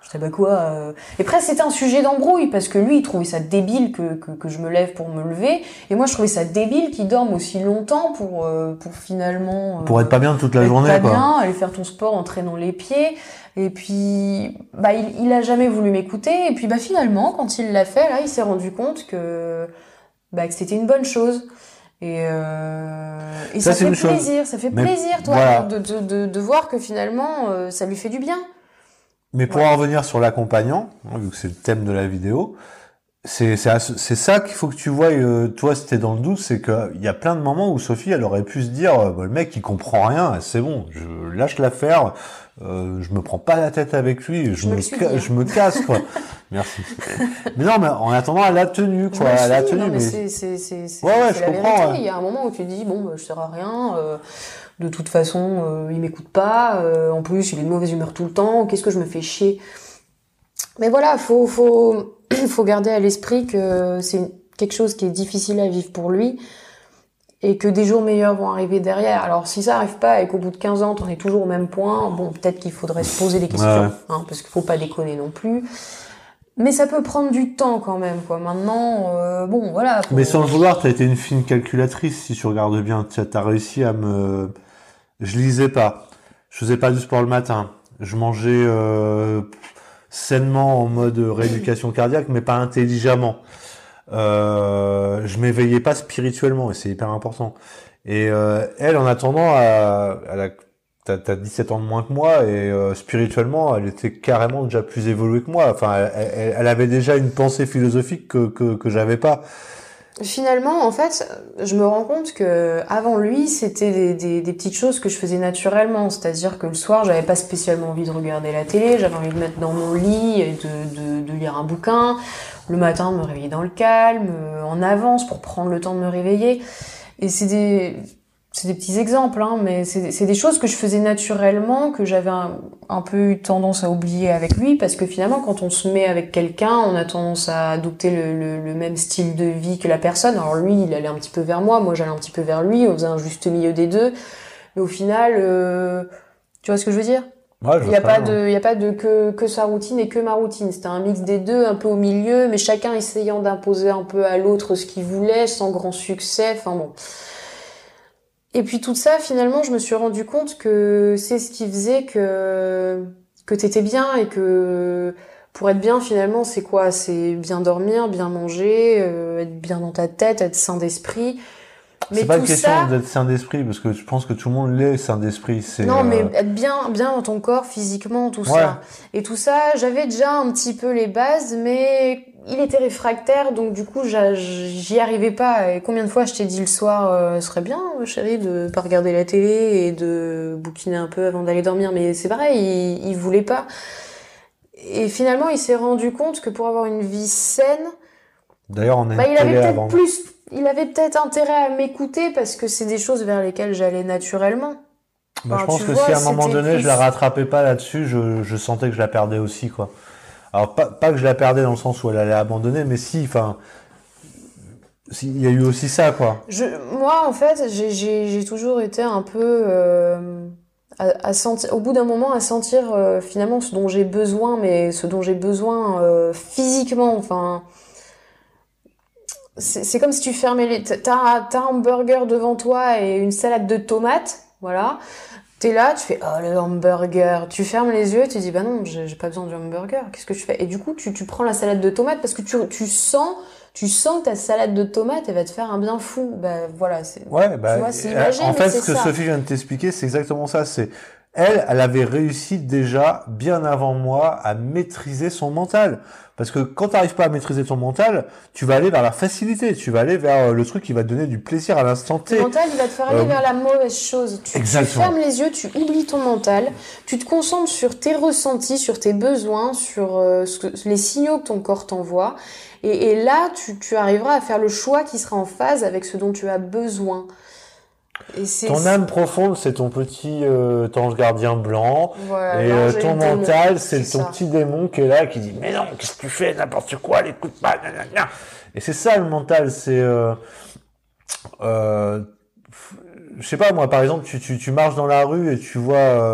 Je dis, bah quoi euh... Et presque c'était un sujet d'embrouille, parce que lui, il trouvait ça débile que, que, que je me lève pour me lever, et moi, je trouvais ça débile qu'il dorme aussi longtemps pour, euh, pour finalement... Euh, pour être pas bien toute la être journée, pas quoi. bien, aller faire ton sport en traînant les pieds. Et puis, bah, il, il a jamais voulu m'écouter, et puis bah finalement, quand il l'a fait, là, il s'est rendu compte que, bah, que c'était une bonne chose. Et, euh, et ça, Ça, c'est fait une chose. plaisir, ça fait Mais plaisir, toi, voilà. de, de, de, de voir que finalement, euh, ça lui fait du bien. Mais pour Ouais. en revenir sur l'accompagnant, hein, vu que c'est le thème de la vidéo, c'est c'est c'est ça qu'il faut que tu vois. Euh, toi, si t'es dans le doute, c'est que il y a plein de moments où Sophie, elle aurait pu se dire, euh, bah, le mec, il comprend rien, c'est bon, je lâche l'affaire, euh, je me prends pas la tête avec lui, je, Je me me le suis ca- dit, hein. je me casse, quoi. Merci. Mais non, mais en attendant, elle a tenu, Je quoi, me elle a suis dit, tenu. non, mais, mais c'est, c'est, c'est, c'est, Ouais, ouais, c'est je la comprends, vérité. ouais. Il y a un moment où tu te dis, bon, bah, je sers à rien, euh, de toute façon, euh, il m'écoute pas, euh, en plus, il est de mauvaise humeur tout le temps, qu'est-ce que je me fais chier. Mais voilà, faut, faut, faut garder à l'esprit que c'est quelque chose qui est difficile à vivre pour lui, et que des jours meilleurs vont arriver derrière. Alors, si ça arrive pas et qu'au bout de quinze ans, t'en es toujours au même point, bon, peut-être qu'il faudrait se poser des questions, Ouais. hein, parce qu'il faut pas déconner non plus. Mais ça peut prendre du temps quand même, quoi. Maintenant, euh, bon, voilà. Faut... Mais sans le vouloir, t'as été une fine calculatrice, si tu regardes bien. Tu as réussi à me... Je lisais pas. Je faisais pas du sport le matin. Je mangeais euh, sainement en mode rééducation cardiaque, mais pas intelligemment. Euh, je m'éveillais pas spirituellement, et c'est hyper important. Et euh, elle, en attendant, à, à la... t'as, t'as dix-sept ans de moins que moi, et euh, spirituellement, elle était carrément déjà plus évoluée que moi. Enfin, elle, elle, elle avait déjà une pensée philosophique que que, que j'avais pas. Finalement, en fait, je me rends compte que avant lui, c'était des, des, des petites choses que je faisais naturellement. C'est-à-dire que le soir, j'avais pas spécialement envie de regarder la télé, j'avais envie de me mettre dans mon lit et de, de, de lire un bouquin. Le matin, me réveiller dans le calme, en avance pour prendre le temps de me réveiller. Et c'est des, c'est des petits exemples, hein, mais c'est, c'est des choses que je faisais naturellement, que j'avais un, un peu eu tendance à oublier avec lui, parce que finalement, quand on se met avec quelqu'un, on a tendance à adopter le, le, le même style de vie que la personne. Alors lui, il allait un petit peu vers moi, moi j'allais un petit peu vers lui, on faisait un juste milieu des deux. Mais au final, euh, tu vois ce que je veux dire ? Ouais, je Il y a vois pas très bien. de, il y a pas de que, que sa routine et que ma routine. C'était un mix des deux, un peu au milieu, mais chacun essayant d'imposer un peu à l'autre ce qu'il voulait, sans grand succès. Enfin bon. Et puis tout ça, finalement, je me suis rendu compte que c'est ce qui faisait que que t'étais bien, et que pour être bien, finalement, c'est quoi ? C'est bien dormir, bien manger, euh, être bien dans ta tête, être sain d'esprit. Mais C'est pas tout une question ça, d'être sain d'esprit, parce que je pense que tout le monde l'est sain d'esprit. C'est, non, mais euh, être bien, bien dans ton corps, physiquement, tout Ouais. ça. Et tout ça, j'avais déjà un petit peu les bases, mais il était réfractaire, donc du coup, j'a- j'y arrivais pas. Et combien de fois je t'ai dit le soir, euh, ce serait bien, chérie, de pas regarder la télé et de bouquiner un peu avant d'aller dormir. Mais c'est pareil, il, il voulait pas. Et finalement, il s'est rendu compte que pour avoir une vie saine, D'ailleurs, on a bah, une il avait télé peut-être avant. plus, il avait peut-être intérêt à m'écouter, parce que c'est des choses vers lesquelles j'allais naturellement. Bah, Enfin, je pense tu que vois, si à un moment c'était donné, plus- je la rattrapais pas là-dessus, je, je sentais que je la perdais aussi, quoi. Alors, pas, pas que je la perdais dans le sens où elle allait abandonner, mais si, enfin, si, il y a eu aussi ça, quoi. Je, moi, en fait, j'ai, j'ai, j'ai toujours été un peu euh, à, à sentir, au bout d'un moment, à sentir euh, finalement ce dont j'ai besoin, mais ce dont j'ai besoin euh, physiquement. Enfin, c'est, c'est comme si tu fermais les, t'as, t'as un burger devant toi et une salade de tomates, voilà. T'es là, tu fais oh le hamburger, tu fermes les yeux, tu dis bah non, j'ai, j'ai pas besoin du hamburger. Qu'est-ce que je fais ? Et du coup, tu, tu prends la salade de tomates parce que tu, tu sens. Tu sens que ta salade de tomates, elle va te faire un bien fou. Bah voilà, c'est, Ouais, bah, tu vois, c'est euh, imagé, en mais fait, c'est ce que ça. Sophie vient de t'expliquer, c'est exactement ça. C'est, elle, elle avait réussi déjà, bien avant moi, à maîtriser son mental. Parce que quand tu n'arrives pas à maîtriser ton mental, tu vas aller vers la facilité, tu vas aller vers euh, le truc qui va te donner du plaisir à l'instant T. Le mental, il va te faire aller Euh, vers la mauvaise chose. Tu, tu Exactement. fermes les yeux, tu oublies ton mental, tu te concentres sur tes ressentis, sur tes besoins, sur euh, ce que, les signaux que ton corps t'envoie. Et, et là, tu, tu arriveras à faire le choix qui sera en phase avec ce dont tu as besoin. Et c'est, Ton âme profonde, c'est ton petit euh, ange gardien blanc. voilà, Et l'ange euh, et ton le démon, mental, c'est c'est ton ça. petit démon qui est là, qui dit « Mais non, qu'est-ce que tu fais ? N'importe quoi, l'écoute pas, nanana. » Et c'est ça le mental, c'est... Euh, euh, je sais pas, moi, par exemple, tu, tu, tu marches dans la rue et tu vois euh,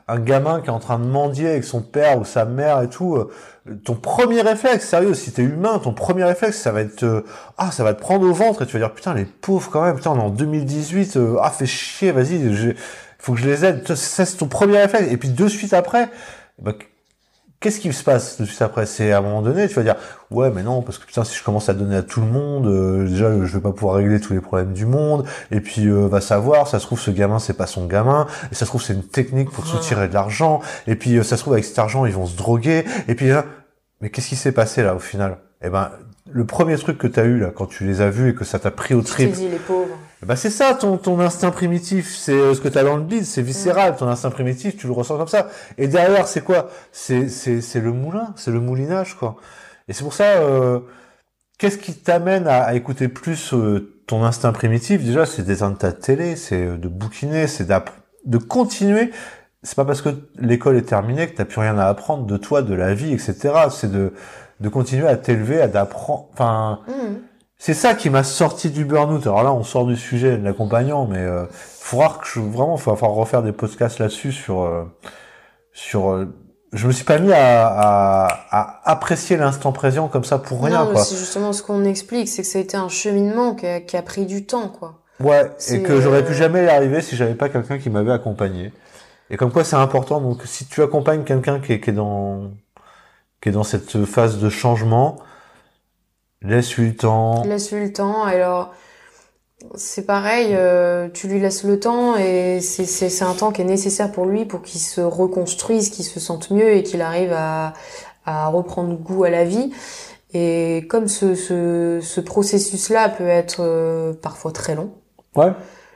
un gamin qui est en train de mendier avec son père ou sa mère et tout, euh, ton premier réflexe, sérieux, si t'es humain, ton premier réflexe, ça va être, euh, ah, ça va te prendre au ventre et tu vas dire, putain, les pauvres quand même, putain, on est en deux mille dix-huit, euh, ah, fais chier, vas-y, j'ai- faut que je les aide. Ça, ça, c'est ton premier réflexe. Et puis, de suite après, bah, qu'est-ce qui se passe de suite après? C'est à un moment donné, tu vas dire, ouais, mais non, parce que putain, si je commence à donner à tout le monde, euh, déjà, je vais pas pouvoir régler tous les problèmes du monde. Et puis, euh, va savoir, ça se trouve, ce gamin, c'est pas son gamin. Et ça se trouve, c'est une technique pour soutirer de l'argent. Et puis, euh, ça se trouve, avec cet argent, ils vont se droguer. Et puis, là, mais qu'est-ce qui s'est passé, là, au final? Eh ben, le premier truc que t'as eu, là, quand tu les as vus et que ça t'a pris au Tu t'es trip. dit, les pauvres. Bah c'est ça ton ton instinct primitif, c'est euh, ce que t'as dans le bide, c'est viscéral, ton instinct primitif, tu le ressens comme ça. Et derrière, c'est quoi? C'est c'est c'est le moulin, c'est le moulinage quoi. Et c'est pour ça euh, qu'est-ce qui t'amène à, à écouter plus euh, ton instinct primitif? Déjà, c'est d'éteindre ta télé, c'est euh, de bouquiner, c'est d'app- de continuer. C'est pas parce que l'école est terminée que t'as plus rien à apprendre de toi, de la vie, et cetera. C'est de de continuer à t'élever, à d'apprendre. Enfin. Mmh. C'est ça qui m'a sorti du burn-out. Alors là, on sort du sujet de l'accompagnant, mais euh, faut voir que je, vraiment, il va falloir refaire des podcasts là-dessus sur euh, sur. Euh, je me suis pas mis à, à, à apprécier l'instant présent comme ça pour rien, non, quoi. c'est justement ce qu'on explique, c'est que ça a été un cheminement qui a, qui a pris du temps, quoi. Ouais, C'est, et que j'aurais euh, pu jamais y arriver si j'avais pas quelqu'un qui m'avait accompagné. Et comme quoi, c'est important. Donc, si tu accompagnes quelqu'un qui est, qui est dans qui est dans cette phase de changement, laisse-lui le temps. Laisse-lui le temps. Alors, c'est pareil, euh, tu lui laisses le temps et c'est, c'est, c'est un temps qui est nécessaire pour lui pour qu'il se reconstruise, qu'il se sente mieux et qu'il arrive à, à reprendre goût à la vie. Et comme ce, ce, ce processus-là peut être euh, parfois très long, Ouais.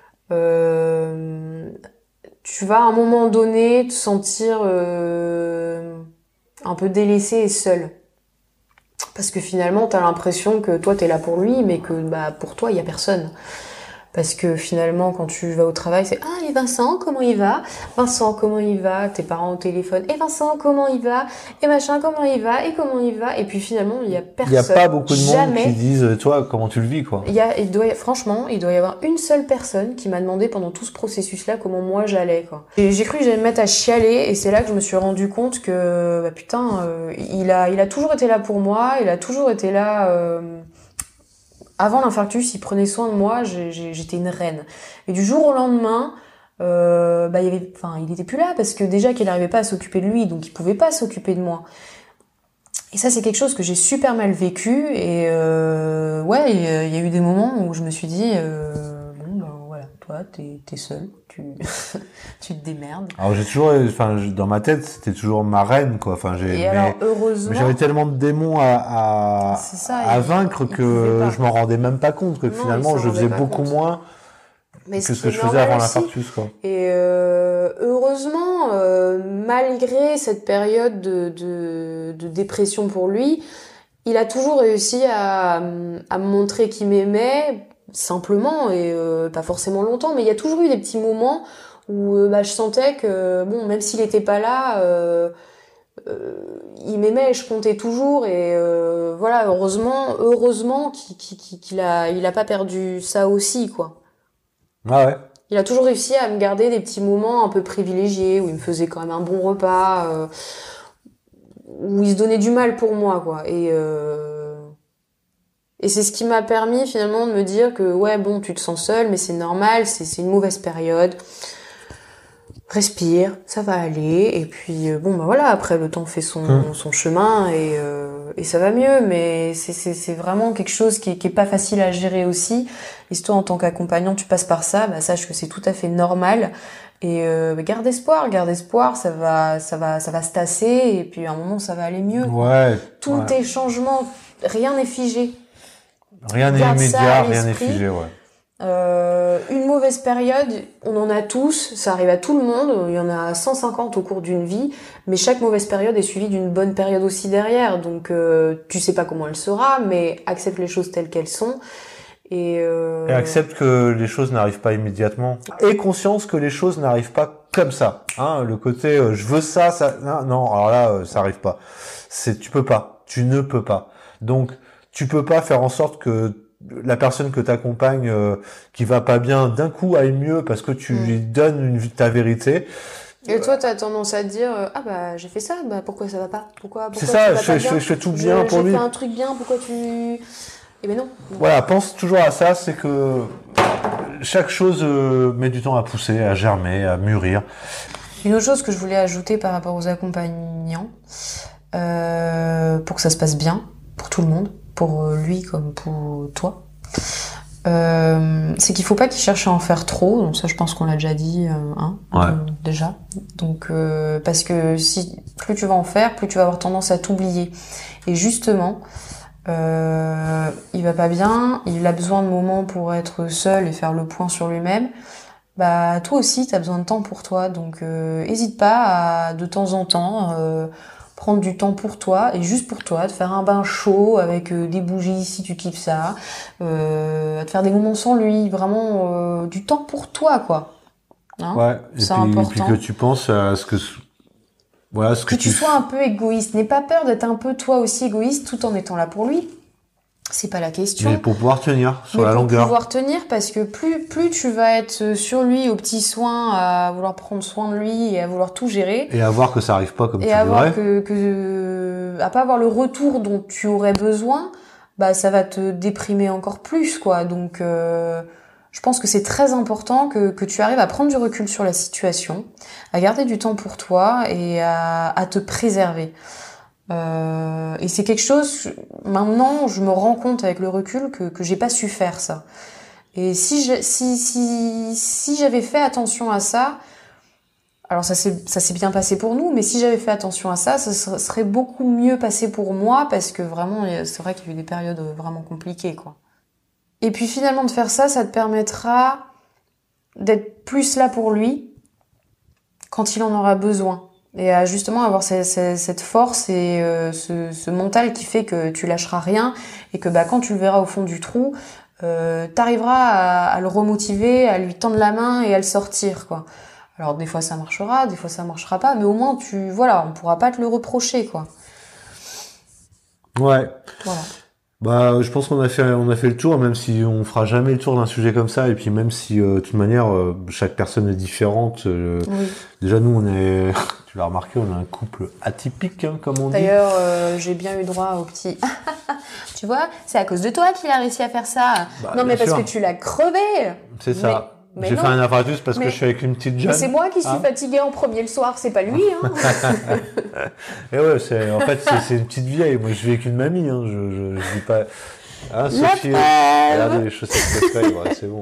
euh, tu vas à un moment donné te sentir euh, un peu délaissé et seul. Parce que finalement, t'as l'impression que toi, t'es là pour lui, mais que bah pour toi, il y a personne. Parce que finalement, quand tu vas au travail, c'est « Ah, et Vincent, comment il va ? Vincent, comment il va ?» Tes parents au téléphone « Et Vincent, comment il va ? Et machin, comment il va ? Et comment il va ?» Et puis finalement, il y a personne. Il y a pas beaucoup de monde jamais. qui disent, toi, comment tu le vis, quoi. Il y a, il doit, franchement, il doit y avoir une seule personne qui m'a demandé pendant tout ce processus-là comment moi j'allais, quoi. Et j'ai cru que j'allais me mettre à chialer, et c'est là que je me suis rendu compte que, bah putain, euh, il a, il a toujours été là pour moi, il a toujours été là. Euh, avant l'infarctus, il prenait soin de moi, j'ai, j'ai, j'étais une reine. Et du jour au lendemain, euh, bah il y avait, enfin, il était plus là parce que déjà qu'il n'arrivait pas à s'occuper de lui, donc il pouvait pas s'occuper de moi. Et ça, c'est quelque chose que j'ai super mal vécu. Et euh, ouais, il y a eu des moments où je me suis dit, euh, bon, ben voilà, toi, t'es, t'es seul, tu, tu te démerdes. Alors j'ai toujours, enfin, dans ma tête, c'était toujours ma reine, quoi. Enfin, j'ai, Et mais, alors, heureusement, mais j'avais tellement de démons à, à, c'est ça, à il- vaincre il que pouvait pas. je m'en rendais même pas compte, que Non, il finalement, s'en je faisais rendait pas beaucoup compte. moins mais que ce qui que est je faisais normal avant aussi. l'infarctus, quoi. Et euh, heureusement, euh, malgré cette période de, de, de dépression pour lui, il a toujours réussi à, à me montrer qu'il m'aimait, simplement, et euh, pas forcément longtemps, mais il y a toujours eu des petits moments où euh, bah, je sentais que, bon, même s'il était pas là, euh, euh, il m'aimait, je comptais toujours, et euh, voilà, heureusement, heureusement qu'il, qu'il, qu'il a, il a pas perdu ça aussi, quoi. Ah ouais. Il a toujours réussi à me garder des petits moments un peu privilégiés, où il me faisait quand même un bon repas, euh, où il se donnait du mal pour moi, quoi. Et, euh... et c'est ce qui m'a permis finalement de me dire que, ouais, bon, tu te sens seul, mais c'est normal, c'est, c'est une mauvaise période. Respire, ça va aller. Et puis, euh, bon, bah voilà, après, le temps fait son, Hum. son chemin et, euh, et ça va mieux. Mais c'est, c'est, c'est vraiment quelque chose qui est, qui est pas facile à gérer aussi. Et si toi, en tant qu'accompagnant, tu passes par ça, bah sache que c'est tout à fait normal. Et euh, bah, garde espoir, garde espoir, ça va, ça va, ça va se tasser. Et puis, à un moment, ça va aller mieux. Ouais. Tout ouais. est changement, rien n'est figé. Rien n'est garde ça immédiat, à rien n'est l'esprit. figé, ouais. Euh, une mauvaise période, on en a tous, ça arrive à tout le monde, il y en a cent cinquante au cours d'une vie, mais chaque mauvaise période est suivie d'une bonne période aussi derrière, donc euh, tu sais pas comment elle sera, mais accepte les choses telles qu'elles sont. Et, euh... Et accepte que les choses n'arrivent pas immédiatement. Et conscience que les choses n'arrivent pas comme ça. Hein, le côté euh, je veux ça, ça. Non, non, alors là, euh, ça arrive pas. C'est tu peux pas. Tu ne peux pas. Donc, tu peux pas faire en sorte que la personne que t'accompagne, euh, qui va pas bien, d'un coup aille mieux parce que tu Mm. lui donnes une, ta vérité. Et toi, t'as tendance à te dire euh, ah bah j'ai fait ça, bah pourquoi ça va pas? Pourquoi, pourquoi C'est ça, tu vas je pas fais, bien je, fais, je fais tout bien je, pour j'ai lui. fait un truc bien, pourquoi tu... Eh ben non. non. Voilà, pense toujours à ça, c'est que chaque chose euh, met du temps à pousser, à germer, à mûrir. Une autre chose que je voulais ajouter par rapport aux accompagnants, euh, pour que ça se passe bien, pour tout le monde, pour lui comme pour toi, euh, c'est qu'il faut pas qu'il cherche à en faire trop. Donc ça, je pense qu'on l'a déjà dit, euh, hein, Ouais. euh, déjà. Donc euh, parce que si plus tu vas en faire, plus tu vas avoir tendance à t'oublier. Et justement, euh, il va pas bien, il a besoin de moments pour être seul et faire le point sur lui-même. Bah toi aussi, t'as besoin de temps pour toi. Donc euh, hésite pas à de temps en temps euh, prendre du temps pour toi et juste pour toi, de faire un bain chaud avec euh, des bougies si tu kiffes ça, euh, à te faire des moments sans lui, vraiment euh, du temps pour toi, quoi. Hein, Ouais, et c'est puis, et important. puis que tu penses à ce que... Voilà, ce que, Que tu tu sois un peu égoïste. N'aie pas peur d'être un peu toi aussi égoïste tout en étant là pour lui. C'est pas la question. Mais pour pouvoir tenir sur Mais la pour longueur. pouvoir tenir, parce que plus, plus tu vas être sur lui aux petits soins, à vouloir prendre soin de lui et à vouloir tout gérer. Et à voir que ça arrive pas comme et tu à voir voudrais. que, que à pas avoir le retour dont tu aurais besoin, bah ça va te déprimer encore plus, quoi. Donc euh, je pense que c'est très important que, que tu arrives à prendre du recul sur la situation, à garder du temps pour toi et à, à te préserver. Euh, et c'est quelque chose, maintenant, je me rends compte avec le recul que, que j'ai pas su faire ça. Et si je, si, si, si j'avais fait attention à ça, alors ça s'est, ça s'est bien passé pour nous, mais si j'avais fait attention à ça, ça serait beaucoup mieux passé pour moi, parce que vraiment, c'est vrai qu'il y a eu des périodes vraiment compliquées, quoi. Et puis finalement, de faire ça, ça te permettra d'être plus là pour lui quand il en aura besoin. Et à justement avoir cette, cette force et euh, ce, ce mental qui fait que tu lâcheras rien et que bah, quand tu le verras au fond du trou, euh, t'arriveras à, à le remotiver, à lui tendre la main et à le sortir, quoi. Alors des fois ça marchera, des fois ça marchera pas, mais au moins tu, voilà, on pourra pas te le reprocher, quoi. Ouais. Voilà. Bah, je pense qu'on a fait, on a fait le tour, même si on fera jamais le tour d'un sujet comme ça, et puis même si, euh, de toute manière, euh, chaque personne est différente. Euh, Oui. Déjà, nous, on est, tu l'as remarqué, on est un couple atypique, hein, comme on dit. D'ailleurs, euh, j'ai bien eu droit au petit. Tu vois, c'est à cause de toi qu'il a réussi à faire ça. Bah, non, mais bien parce sûr. que tu l'as crevé. C'est ça. Mais J'ai non. fait un infarctus parce Mais- que je suis avec une petite jeune. Mais c'est moi qui suis hein. fatiguée en premier le soir, c'est pas lui. Hein. Et ouais, c'est, en fait, c'est, c'est une petite vieille. Moi, je vis avec une mamie, hein. Je, je, je dis pas. Hein, Sophie, La euh, regardez les chaussettes de feuilles, ouais, c'est bon.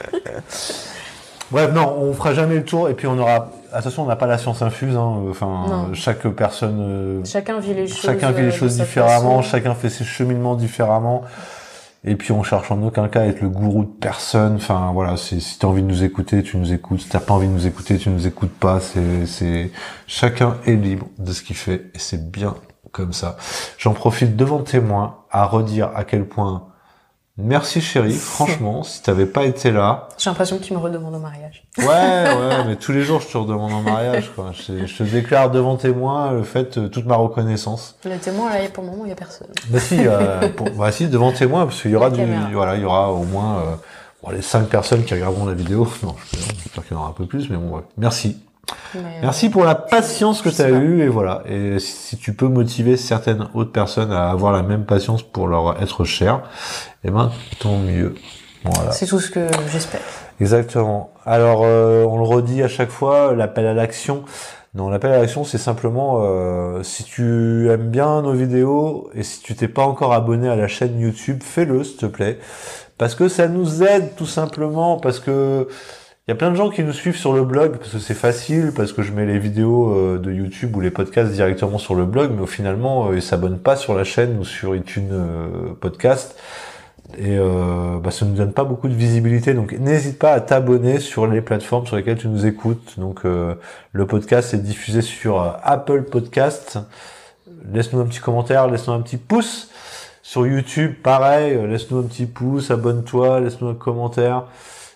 Bref, non, on fera jamais le tour, et puis on aura. Attention, on n'a pas la science infuse, hein. Enfin, Non. chaque personne. euh, Chacun vit les choses. Chacun vit euh, les de choses sa différemment, façon. chacun fait ses cheminements différemment. Et puis on cherche en aucun cas à être le gourou de personne. Enfin voilà, c'est, si t'as envie de nous écouter, tu nous écoutes. Si t'as pas envie de nous écouter, tu nous écoutes pas. C'est, c'est chacun est libre de ce qu'il fait, et c'est bien comme ça. J'en profite devant le témoin à redire à quel point merci chérie. Franchement, si t'avais pas été là. J'ai l'impression que tu me redemandes au mariage. Ouais, ouais, mais tous les jours je te redemande en mariage, quoi. Je, je te déclare devant témoin le fait, euh, toute ma reconnaissance. Le témoin, là, pour le moment, il y a personne. Bah si, euh, pour, bah si, devant témoin, parce qu'il y aura La du, caméra. voilà, il y aura au moins euh, bon, les cinq personnes qui regarderont la vidéo. Non, je plaisante, j'espère qu'il y en aura un peu plus, mais bon, ouais. Merci. Mais, euh, Merci pour la patience que je tu as sais pas. eue, et voilà. Et si, si tu peux motiver certaines autres personnes à avoir la même patience pour leur être cher, eh ben, tant mieux. Voilà. C'est tout ce que j'espère. Exactement. Alors, euh, on le redit à chaque fois, l'appel à l'action. Non, l'appel à l'action, c'est simplement, euh, si tu aimes bien nos vidéos et si tu t'es pas encore abonné à la chaîne YouTube, fais-le, s'il te plaît. Parce que ça nous aide, tout simplement, parce que il y a plein de gens qui nous suivent sur le blog, parce que c'est facile, parce que je mets les vidéos euh, de YouTube ou les podcasts directement sur le blog, mais au finalement, euh, ils s'abonnent pas sur la chaîne ou sur iTunes euh, Podcast. Et euh, bah, ça ne nous donne pas beaucoup de visibilité, donc n'hésite pas à t'abonner sur les plateformes sur lesquelles tu nous écoutes. Donc euh, le podcast est diffusé sur euh, Apple Podcast. Laisse-nous un petit commentaire, laisse-nous un petit pouce. Sur YouTube, pareil, euh, laisse-nous un petit pouce, abonne-toi, laisse-nous un commentaire.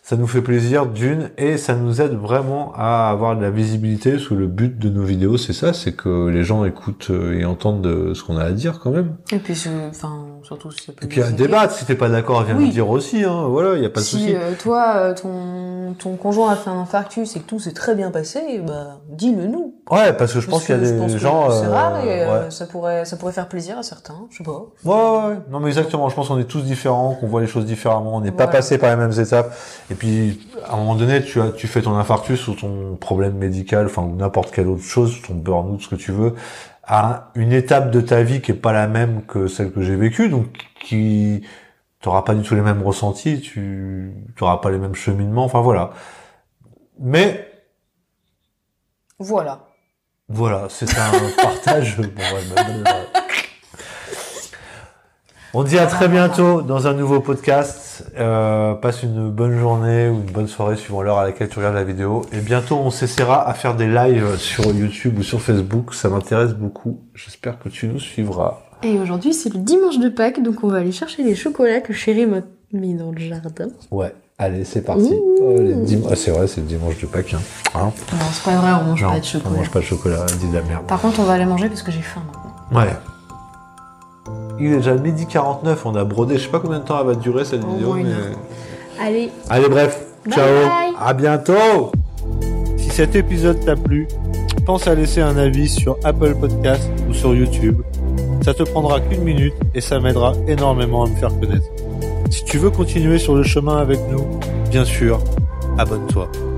Ça nous fait plaisir d'une et ça nous aide vraiment à avoir de la visibilité parce que le but de nos vidéos c'est ça, c'est que les gens écoutent et entendent de ce qu'on a à dire quand même. Et puis, enfin, surtout si ça peut. Et puis à débattre, si t'es pas d'accord, viens oui. nous dire aussi, hein. Voilà, y a pas de si, souci. Si euh, toi, euh, ton ton conjoint a fait un infarctus et que tout s'est très bien passé, bah dis-le nous. Ouais, parce que je parce pense qu'il y a des que gens. C'est euh, rare et euh, ouais. ça pourrait ça pourrait faire plaisir à certains, je sais pas. Ouais, ouais, ouais. Non mais exactement. Je pense qu'on est tous différents, qu'on voit les choses différemment. On n'est voilà. pas passé par les mêmes étapes. Et puis à un moment donné, tu as, tu fais ton infarctus ou ton problème médical, enfin ou n'importe quelle autre chose, ton burn-out, ce que tu veux, à une étape de ta vie qui est pas la même que celle que j'ai vécue, donc qui t'auras pas du tout les mêmes ressentis, tu t'auras pas les mêmes cheminements. Enfin voilà. Mais voilà. Voilà, c'est un partage. Bon, ouais, bah, on dit à très bientôt dans un nouveau podcast. Euh, passe une bonne journée ou une bonne soirée suivant l'heure à laquelle tu regardes la vidéo. Et bientôt, on s'essaiera à faire des lives sur YouTube ou sur Facebook. Ça m'intéresse beaucoup. J'espère que tu nous suivras. Et aujourd'hui, c'est le dimanche de Pâques, donc on va aller chercher les chocolats que Chérie m'a mis dans le jardin. Ouais, allez, c'est parti. Oh, les dim... ah, c'est vrai, c'est le dimanche de Pâques. Hein. Hein non, c'est pas vrai, on mange non, pas de chocolat. On mange pas de chocolat, dis de la merde. Par contre, on va aller manger parce que j'ai faim maintenant. Ouais. Il est déjà midi quarante-neuf, on a brodé, je sais pas combien de temps elle va durer cette oh, vidéo, mais... Allez. Allez, bref, bye ciao, bye. À bientôt. Si cet épisode t'a plu, pense à laisser un avis sur Apple Podcast ou sur YouTube. Ça te prendra qu'une minute et ça m'aidera énormément à me faire connaître. Si tu veux continuer sur le chemin avec nous, bien sûr, abonne-toi.